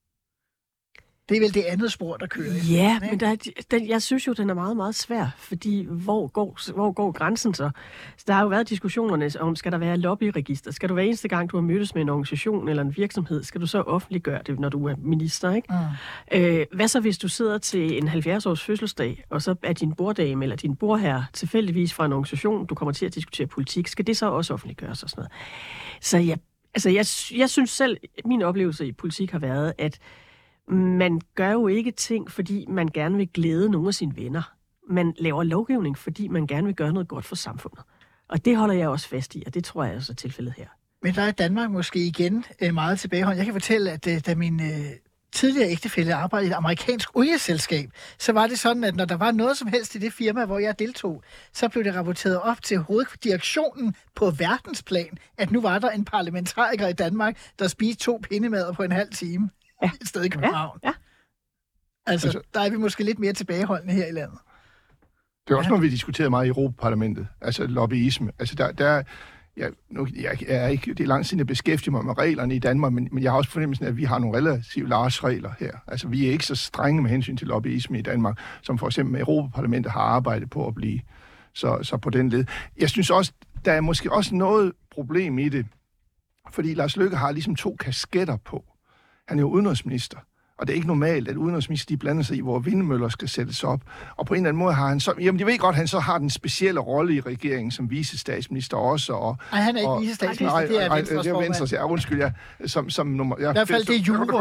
Det er vel det andet spor, der kører. Ja, men jeg synes jo, den er meget, meget svær, fordi hvor går grænsen så? Så der har jo været diskussionerne om, skal der være lobbyregister? Skal du hver eneste gang, du har mødtes med en organisation eller en virksomhed, skal du så offentliggøre det, når du er minister, ikke? Hvad så, hvis du sidder til en 70-års fødselsdag, og så er din borddame eller din bordherre tilfældigvis fra en organisation, du kommer til at diskutere politik, skal det så også offentliggøres og sådan noget? Så jeg synes selv, min oplevelse i politik har været, at man gør jo ikke ting, fordi man gerne vil glæde nogle af sine venner. Man laver lovgivning, fordi man gerne vil gøre noget godt for samfundet. Og det holder jeg også fast i, og det tror jeg også er tilfældet her. Men der er Danmark måske igen meget tilbageholdt. Jeg kan fortælle, at da min tidligere ægtefælle arbejdede i et amerikansk olieselskab, så var det sådan, at når der var noget som helst i det firma, hvor jeg deltog, så blev det rapporteret op til hoveddirektionen på verdensplan, at nu var der en parlamentariker i Danmark, der spiste 2 pindemader på en halv time. Ja. Et sted i København. Ja. Altså, der er vi måske lidt mere tilbageholdende her i landet. Det er også noget, vi diskuterer meget i Europaparlamentet. Altså lobbyisme. Altså, jeg er ikke, det er langt siden, jeg beskæftiger mig med reglerne i Danmark, men jeg har også fornemmelsen af, at vi har nogle relativt large regler her. Altså, vi er ikke så strenge med hensyn til lobbyisme i Danmark, som for eksempel Europaparlamentet har arbejdet på at blive så på den led. Jeg synes også, der er måske også noget problem i det, fordi Lars Løkke har ligesom 2 kasketter på. Han er jo udenrigsminister, og det er ikke normalt, at udenrigsminister de blander sig i, hvor vindmøller skal sættes op. Og på en eller anden måde har han så... Jamen, jeg ved godt, at han så har den specielle rolle i regeringen som vicestatsminister også. Nej, han er ikke vicestatsminister, det er Venstres formand. Venstres, ja, undskyld, ja. Som nummer... Ja, i hvert fald det er jura.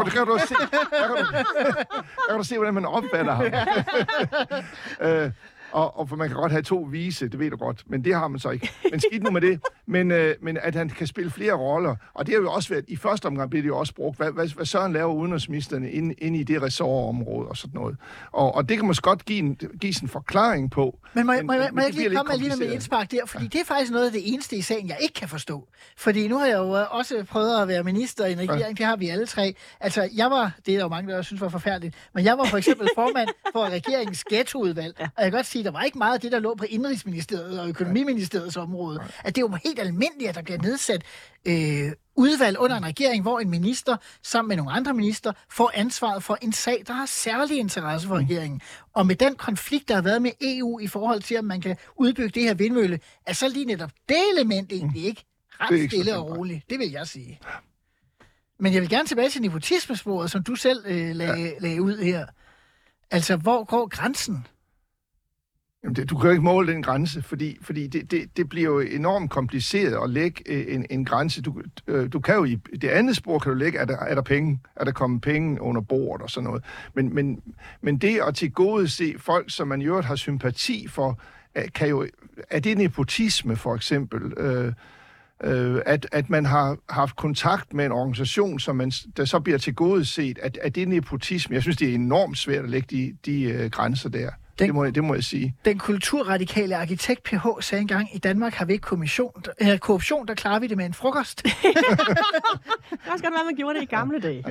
Kan du se, hvordan man opfatter ham. Og for man kan godt have 2 vise, det ved du godt, men det har man så ikke. Men skidt nu med det. Men at han kan spille flere roller, og det har jo også været, i første omgang blev det jo også brugt, hvad Søren laver udenrigsministerne inde i det ressortområde og sådan noget. Og det kan måske godt give en forklaring på. Men må jeg ikke lige komme alligevel med indspark der, fordi det er faktisk noget af det eneste i sagen, jeg ikke kan forstå. Fordi nu har jeg jo også prøvet at være minister i en regering, det har vi alle 3. Altså, det er der jo mange, der synes var forfærdeligt, men jeg var for eksempel formand for regeringens ghettoudvalg, og jeg kan godt sige, der var ikke meget af det, der lå på Indrigsministeriet og Økonomiministeriets område. At det er jo helt almindeligt, at der bliver nedsat udvalg under en regering, hvor en minister sammen med nogle andre minister får ansvaret for en sag, der har særlig interesse for regeringen. Og med den konflikt, der har været med EU i forhold til, at man kan udbygge det her vindmølle, er så lige netop det element egentlig ikke ret stille og roligt. Det vil jeg sige. Men jeg vil gerne tilbage til nepotismesporet, som du selv lagde ud her. Altså, hvor går grænsen? Jamen du kan jo ikke måle den grænse, fordi det bliver jo enormt kompliceret at lægge en grænse. Du kan jo i det andet spor kan du lægge, er der penge? Er der kommet penge under bordet og sådan noget? Men det at tilgodese folk, som man i øvrigt har sympati for, er det nepotisme for eksempel? At man har haft kontakt med en organisation, der så bliver tilgodeset, at det er nepotisme. Jeg synes, det er enormt svært at lægge de grænser der. Det må jeg sige. Den kulturradikale arkitekt PH sagde engang, i Danmark har vi ikke korruption, der klarer vi det med en frokost. Det er også godt være, man gjorde det i gamle dage.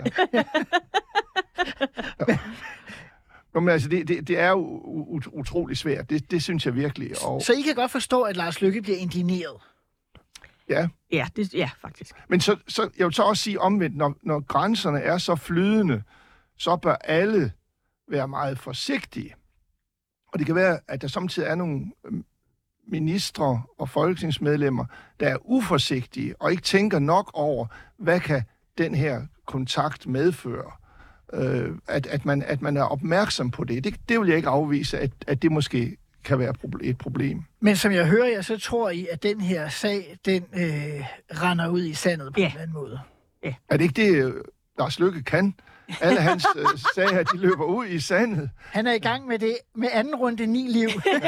Men altså, det er jo utrolig svært. Det synes jeg virkelig. Og... Så I kan godt forstå, at Lars Løkke bliver indigneret? Ja. Ja, faktisk. Men så jeg vil så også sige omvendt, når grænserne er så flydende, så bør alle være meget forsigtige. Og det kan være, at der samtidig er nogle ministre og folketingsmedlemmer, der er uforsigtige og ikke tænker nok over, hvad kan den her kontakt medføre. At man er opmærksom på det. Det vil jeg ikke afvise, at det måske kan være et problem. Men som jeg hører jer, så tror I, at den her sag, den render ud i sandet på en eller anden måde. Ja. Er det ikke det, Lars Løkke kan? Alle hans sager, de løber ud i sandet. Han er i gang med det, med anden runde 9 liv.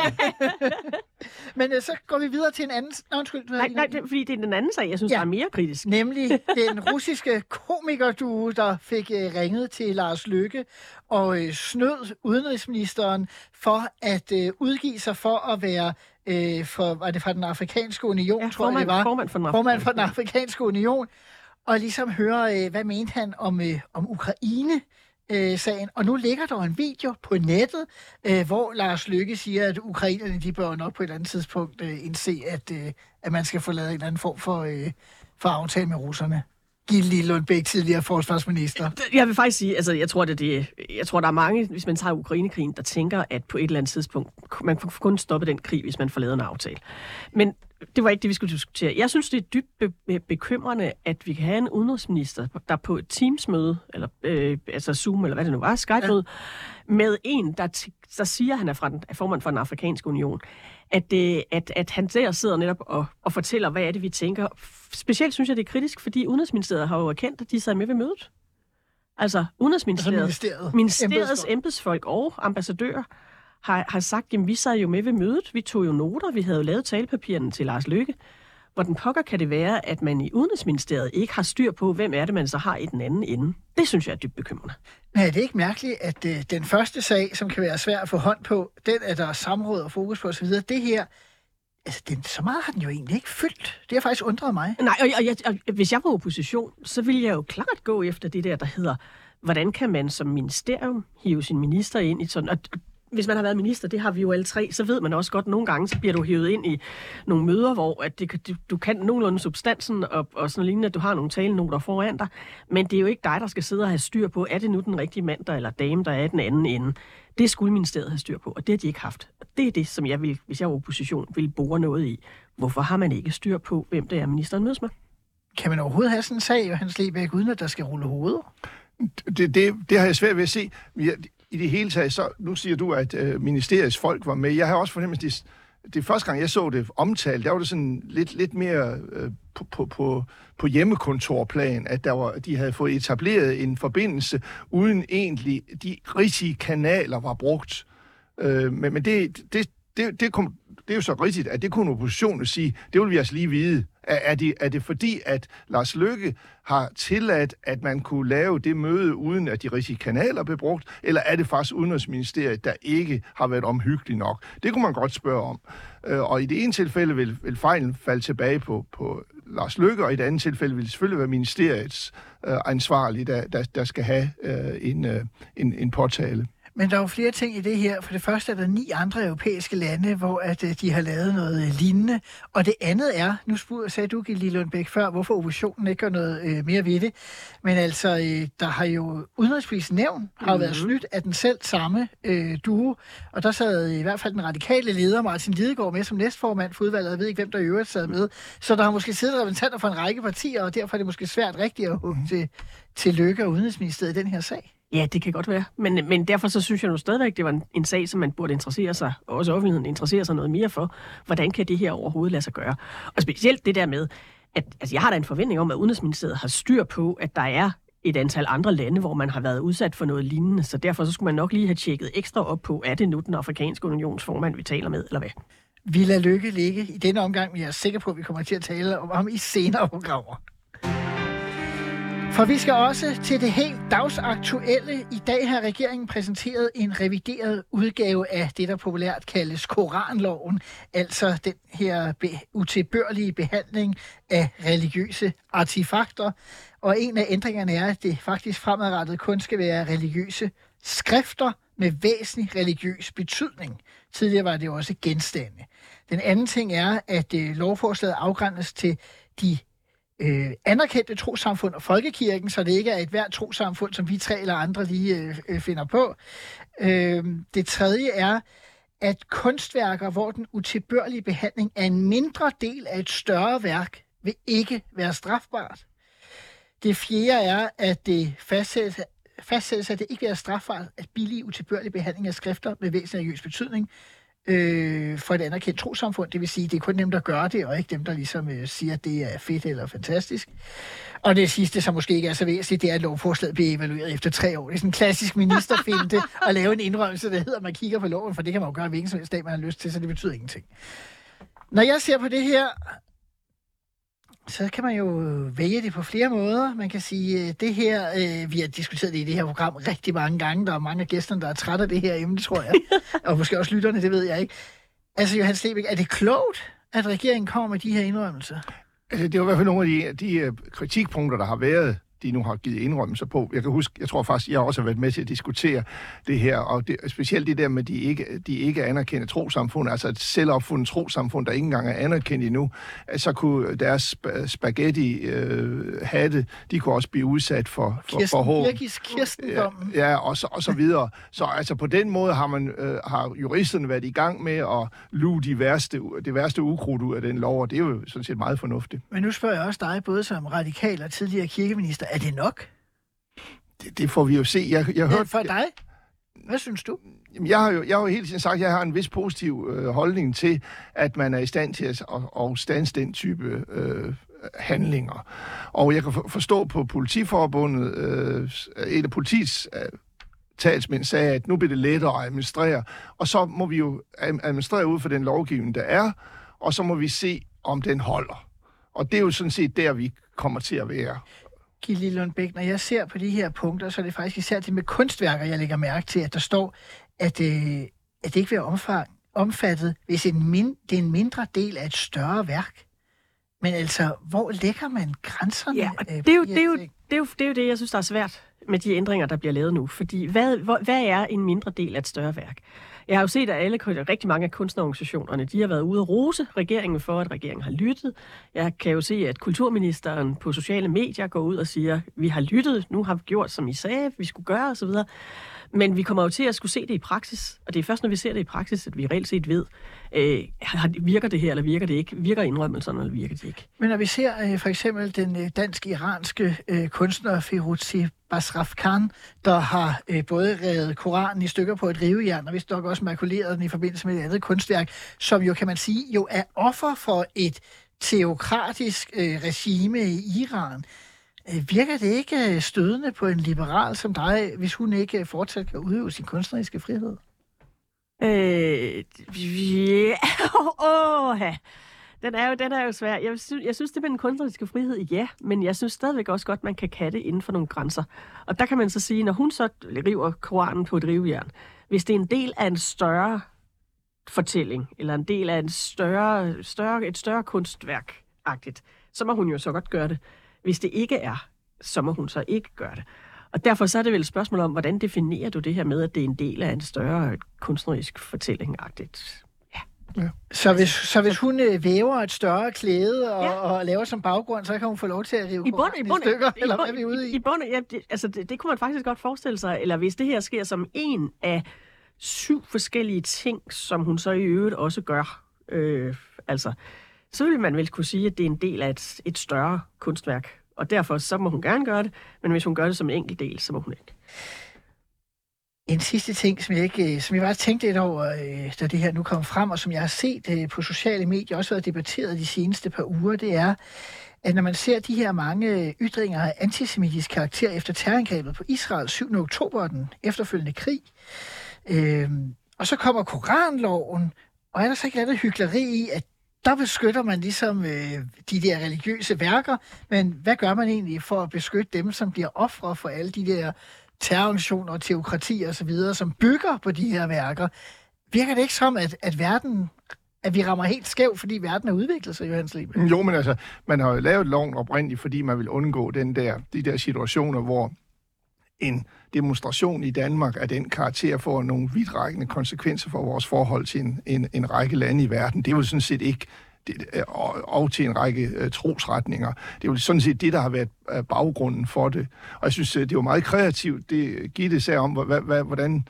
Men så går vi videre til en anden... Nej, fordi det er den anden sag, jeg synes, der er mere kritisk. Nemlig den russiske komikerduo, der fik ringet til Lars Løkke og snød udenrigsministeren for at udgive sig for at være var det fra den afrikanske union, tror jeg det var? Formand for den afrikanske union. Og ligesom høre, hvad mente han om Ukraine-sagen. Og nu ligger der en video på nettet, hvor Lars Løkke siger, at ukrainerne de bør nok på et andet tidspunkt indse, at man skal få lavet en eller anden form for aftale med russerne. Gitte Lillelund Bech, tidligere forsvarsminister. Jeg vil faktisk sige, altså jeg tror, der er mange, hvis man tager Ukraine-krigen, der tænker, at på et eller andet tidspunkt, man kan kun stoppe den krig, hvis man får lavet en aftale. Men det var ikke det, vi skulle diskutere. Jeg synes, det er dybt bekymrende, at vi kan have en udenrigsminister, der på et Teams-møde, eller altså Zoom, eller hvad det nu var, Skype-møde, med en, der siger, at han er formand for den afrikanske union, at han der sidder netop og fortæller, hvad er det, vi tænker. Specielt synes jeg, det er kritisk, fordi Udenrigsministeriet har jo erkendt, at de sad med ved mødet. Altså, Ministeriets embedsfolk og ambassadører har sagt, at vi sad jo med ved mødet, vi tog jo noter, vi havde jo lavet talepapirerne til Lars Løkke. Hvordan pokker kan det være, at man i Udenrigsministeriet ikke har styr på, hvem er det, man så har i den anden ende? Det synes jeg er dybt bekymrende. Nej, det er ikke mærkeligt, at den første sag, som kan være svær at få hånd på, den er der samråd og fokus på osv. Det her, altså så meget har den jo egentlig ikke fyldt. Det har faktisk undret mig. Nej, og hvis jeg var opposition, så ville jeg jo klart gå efter det der hedder, hvordan kan man som ministerium hive sin minister ind i sådan... Hvis man har været minister, det har vi jo alle tre, så ved man også godt, at nogle gange så bliver du hævet ind i nogle møder, hvor at du kan nogenlunde substansen og sådan lignende, at du har nogle talenoter foran dig. Men det er jo ikke dig, der skal sidde og have styr på, er det nu den rigtige mand, eller dame, der er i den anden ende. Det skulle ministeriet have styr på, og det har de ikke haft. Og det er det, som jeg vil, hvis jeg var opposition, ville bore noget i. Hvorfor har man ikke styr på, hvem det er, ministeren mødes med? Kan man overhovedet have sådan en sag, Johannes Lebæk, uden at der skal rulle hoveder? Det har jeg svært ved at se. I det hele taget, så nu siger du, at ministeriets folk var med. Jeg har også fornemt, at det første gang, jeg så det omtalt, der var det sådan lidt mere på hjemmekontorplan, at de havde fået etableret en forbindelse, uden egentlig de rigtige kanaler var brugt. Men det er jo så rigtigt, at det kunne oppositionen sige, det vil vi altså lige vide. Er det fordi, at Lars Løkke har tilladt, at man kunne lave det møde, uden at de rigtige kanaler blev brugt, eller er det faktisk Udenrigsministeriet, der ikke har været omhyggelig nok? Det kunne man godt spørge om. Og i det ene tilfælde vil fejlen falde tilbage på Lars Løkke, og i det andet tilfælde vil det selvfølgelig være ministeriets ansvarlige, der skal have en påtale. Men der er jo flere ting i det her. For det første er der 9 andre europæiske lande, hvor at de har lavet noget lignende. Og det andet er, nu sagde du, Gitte Lillelund Bech, før, hvorfor oppositionen ikke gør noget mere ved det. Men altså, der har jo Udenrigspolitisk Nævn har jo været snydt af den selv samme duo. Og der sad i hvert fald den radikale leder, Martin Lidegaard, med som næstformand for udvalget. Jeg ved ikke, hvem der i øvrigt sad med. Så der har måske siddet repræsentanter for en række partier, og derfor er det måske svært rigtigt at hugge til Løkke og Udenrigsministeriet i den her sag. Ja, det kan godt være. Men derfor så synes jeg nu stadigvæk, det var en sag, som man burde interessere sig, og også offentligheden interesserer sig noget mere for, hvordan kan det her overhovedet lade sig gøre. Og specielt det der med, at jeg har da en forventning om, at Udenrigsministeriet har styr på, at der er et antal andre lande, hvor man har været udsat for noget lignende. Så derfor så skulle man nok lige have tjekket ekstra op på, er det nu den afrikanske unionsformand, vi taler med, eller hvad? Vi lader Løkke ligge i denne omgang, men jeg er sikker på, at vi kommer til at tale om ham i senere programmer. For vi skal også til det helt dagsaktuelle. I dag har regeringen præsenteret en revideret udgave af det, der populært kaldes Koranloven, altså den her utilbørlige behandling af religiøse artefakter. Og en af ændringerne er, at det faktisk fremadrettet kun skal være religiøse skrifter med væsentlig religiøs betydning. Tidligere var det også genstande. Den anden ting er, at lovforslaget afgrænses til de anerkendte trossamfund og folkekirken, så det ikke er et hvert trossamfund, som vi 3 eller andre lige finder på. Det tredje er, at kunstværker, hvor den utilbørlige behandling er en mindre del af et større værk, vil ikke være strafbart. Det fjerde er, at det fastsættes, at det ikke vil være strafbart at billige utilbørlig behandling af skrifter med væsentlig religiøs betydning for et anerkendt trossamfund. Det vil sige, at det er kun dem, der gør det, og ikke dem, der ligesom siger, at det er fedt eller fantastisk. Og det sidste, som måske ikke er så væsentligt, det er, at lovforslaget bliver evalueret efter 3 år. Det er sådan en klassisk ministerfinte at lave en indrømmelse, der hedder, at man kigger på loven, for det kan man jo gøre hvilken som helst dag, man har lyst til, så det betyder ingenting. Når jeg ser på det her, så kan man jo vælge det på flere måder. Man kan sige, det her, vi har diskuteret det i det her program rigtig mange gange. Der er mange af gæsterne, der er trætte af det her emne, tror jeg. Og måske også lytterne, det ved jeg ikke. Altså, Johan Slebæk, er det klogt, at regeringen kommer med de her indrømmelser? Altså, det er jo i hvert fald nogle af de kritikpunkter, der har været, de nu har givet indrømmelser på. Jeg kan huske, jeg tror faktisk, jeg også har været med til at diskutere det her, og specielt det der med de ikke anerkendte trossamfund, altså et selvopfundet trossamfund, der ikke engang er anerkendt endnu, så kunne deres spaghetti-hatte, de kunne også blive udsat for hård. Kirstendommen. Ja, og så videre. Så altså på den måde har juristerne været i gang med at luge det værste ukrudt ud af den lov, og det er jo sådan set meget fornuftigt. Men nu spørger jeg også dig, både som radikal og tidligere kirkeminister, er det nok? Det får vi jo se. Jeg hørte for dig? Hvad synes du? Jeg har jo hele tiden sagt, at jeg har en vis positiv holdning til, at man er i stand til at standse den type handlinger. Og jeg kan forstå på Politiforbundet, et af politiets talsmænd sagde, at nu bliver det lettere at administrere, og så må vi jo administrere ud for den lovgivning, der er, og så må vi se, om den holder. Og det er jo sådan set der, vi kommer til at være. Gitte Lillelund Bech, når jeg ser på de her punkter, så er det faktisk især det med kunstværker, jeg lægger mærke til, at der står, at det ikke vil være omfattet, hvis det er en mindre del af et større værk. Men altså, hvor lægger man grænserne? Ja, det er jo det, jeg synes, der er svært med de ændringer, der bliver lavet nu. Fordi hvad er en mindre del af et større værk? Jeg har jo set, at rigtig mange af kunstnerorganisationerne, de har været ude at rose regeringen for, at regeringen har lyttet. Jeg kan jo se, at kulturministeren på sociale medier går ud og siger, vi har lyttet, nu har vi gjort, som I sagde, vi skulle gøre osv. Men vi kommer jo til at skulle se det i praksis, og det er først, når vi ser det i praksis, at vi reelt set ved, virker det her, eller virker det ikke? Virker indrømmelserne, eller virker det ikke? Men når vi ser for eksempel den dansk-iranske kunstner Firouzeh Bazrafkan, der har både revet Koranen i stykker på et rivejern, og vist nok også makuleret den i forbindelse med et andet kunstværk, som jo, kan man sige, jo er offer for et teokratisk regime i Iran. Virker det ikke stødende på en liberal som dig, hvis hun ikke fortsat kan udøve sin kunstneriske frihed? Den er jo svær. Jeg synes, det med den kunstneriske frihed, ja, men jeg synes stadigvæk også godt, man kan katte inden for nogle grænser. Og der kan man så sige, når hun så river Koranen på et rivejern, hvis det er en del af en større fortælling, eller en del af et større kunstværk-agtigt, så må hun jo så godt gøre det. Hvis det ikke er, så må hun så ikke gøre det. Og derfor så er det vel et spørgsmål om, hvordan definerer du det her med, at det er en del af en større kunstnerisk fortælling-agtigt? Ja. Så hvis hun væver et større klæde og laver som baggrund, så kan hun få lov til at rive Koranen i stykker, eller hvad er vi ude i? I bunden, det kunne man faktisk godt forestille sig, eller hvis det her sker som en af 7 forskellige ting, som hun så i øvrigt også gør, så vil man vel kunne sige, at det er en del af et større kunstværk. Og derfor så må hun gerne gøre det, men hvis hun gør det som en enkelt del, så må hun ikke. En sidste ting, som jeg bare tænkte lidt over, da det her nu kom frem, og som jeg har set på sociale medier, også været debatteret de seneste par uger, det er, at når man ser de her mange ytringer af antisemitisk karakter efter terrorangrebet på Israel 7. oktober og den efterfølgende krig, og så kommer koranloven, og er der så ikke lidt hykleri i, at der beskytter man ligesom de der religiøse værker, men hvad gør man egentlig for at beskytte dem, som bliver ofre for alle de der terrororganisationer og teokrati og så videre, som bygger på de her værker? Virker det ikke som, at vi rammer helt skævt, fordi verden har udviklet sig, Johannes Lebe? Jo, men altså, man har jo lavet loven oprindeligt, fordi man vil undgå de der situationer, hvor en demonstration i Danmark af den karakter får nogle vidtrækkende konsekvenser for vores forhold til en række lande i verden. Det er jo sådan set ikke og til en række trosretninger. Det er jo sådan set det, der har været baggrunden for det. Og jeg synes, det var meget kreativt, det Gitte sagde om, hvordan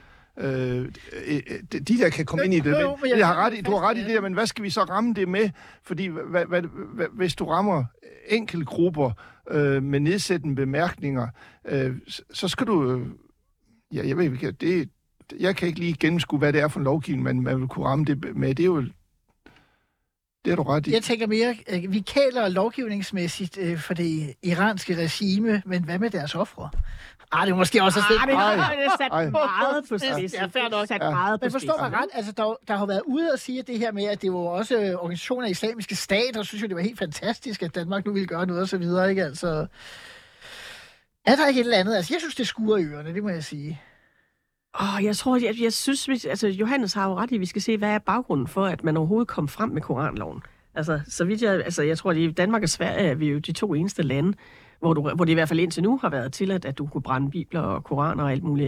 de der kan komme ind i det. Du har ret i det, men hvad skal vi så ramme det med? Fordi hvis du rammer enkeltgrupper med nedsættende bemærkninger, så skal du... jeg ved ikke, jeg kan ikke lige gennemskue, hvad det er for en lovgivning, man vil kunne ramme det med. Det er jo... Det er du ret i. Jeg tænker mere, vi kæler lovgivningsmæssigt for det iranske regime, men hvad med deres ofre? Det er måske også det er sat meget på spidsen. Ja, fair nok. Men forstår mig ret, altså der har været ude at sige, at det her med, at det var også organisationer af islamiske stater, og synes jo, det var helt fantastisk, at Danmark nu ville gøre noget og så videre, ikke? Altså, er der ikke et eller andet? Altså, jeg synes, det skuer i ørerne, det må jeg sige. Jeg synes, Johannes har jo ret i, at vi skal se, hvad er baggrunden for, at man overhovedet kom frem med koranloven. Altså, så vidt jeg tror, at i Danmark og Sverige er vi jo de 2 eneste lande, hvor det i hvert fald indtil nu har været tilladt, at du kunne brænde bibler og koraner og alt muligt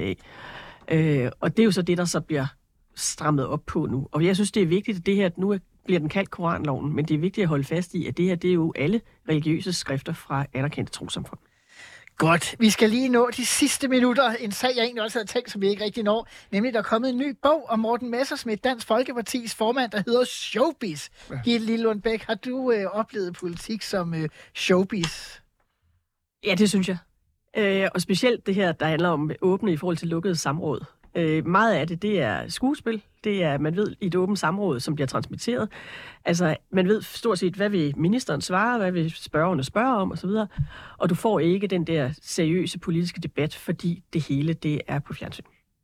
af. Og det er jo så det, der så bliver strammet op på nu. Og jeg synes, det er vigtigt, at det her, nu bliver den kaldt koranloven, men det er vigtigt at holde fast i, at det her, det er jo alle religiøse skrifter fra anerkendte trossamfund. Godt. Vi skal lige nå de sidste minutter. En sag, jeg egentlig også havde tænkt, som vi ikke rigtig når. Nemlig, der er kommet en ny bog om Morten Messerschmidt, Dansk Folkepartis formand, der hedder Showbiz. Gitte Lillelund Bech, har du oplevet politik som showbiz? Ja, det synes jeg. Og specielt det her, der handler om åbne i forhold til lukkede samråd. Meget af det er skuespil. Det er, man ved, i et åbent samråd, som bliver transmitteret. Altså, man ved stort set, hvad vil ministeren svare, hvad vil spørgerne spørge om, osv. Og du får ikke den der seriøse politiske debat, fordi det hele, det er på fjernsyn.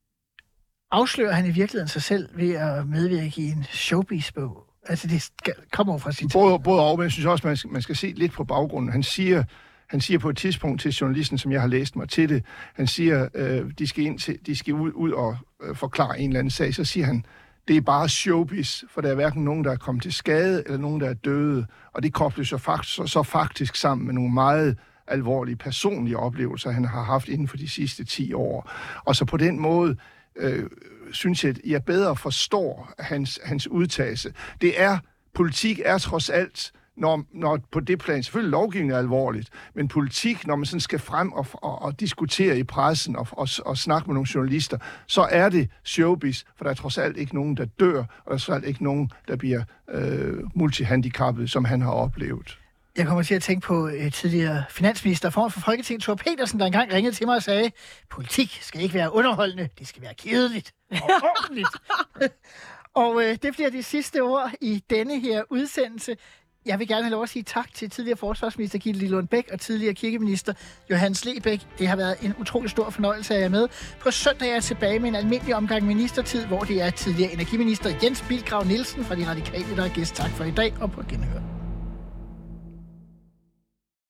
Afslører han i virkeligheden sig selv ved at medvirke i en showbiz-bog? Altså, det kommer fra sit... Både og, men jeg synes også, man skal se lidt på baggrunden. Han siger på et tidspunkt til journalisten, som jeg har læst mig til det, han siger, de skal ud og forklare en eller anden sag, så siger han, det er bare showbiz, for der er hverken nogen, der er kommet til skade, eller nogen, der er døde. Og det kobles så faktisk sammen med nogle meget alvorlige personlige oplevelser, han har haft inden for de sidste 10 år. Og så på den måde synes jeg, at jeg bedre forstår hans udtalelse. Politik er trods alt, når på det plan, selvfølgelig lovgivning er alvorligt, men politik, når man sådan skal frem og diskutere i pressen og snakke med nogle journalister, så er det showbiz, for der er trods alt ikke nogen, der dør, og der er trods alt ikke nogen, der bliver multihandicappet, som han har oplevet. Jeg kommer til at tænke på tidligere finansminister for Folketinget, Thor Petersen, der engang ringede til mig og sagde, politik skal ikke være underholdende, det skal være kedeligt og ordentligt. Og det bliver de sidste ord i denne her udsendelse. Jeg vil gerne have lov at sige tak til tidligere forsvarsminister Gitte Lillelund Bech og tidligere kirkeminister Johannes Lebeck. Det har været en utrolig stor fornøjelse at have med. På søndag er jeg tilbage med en almindelig omgang ministertid, hvor det er tidligere energiminister Jens Bilgrav Nielsen fra De Radikale, der er gæst. Tak for i dag og på genhør.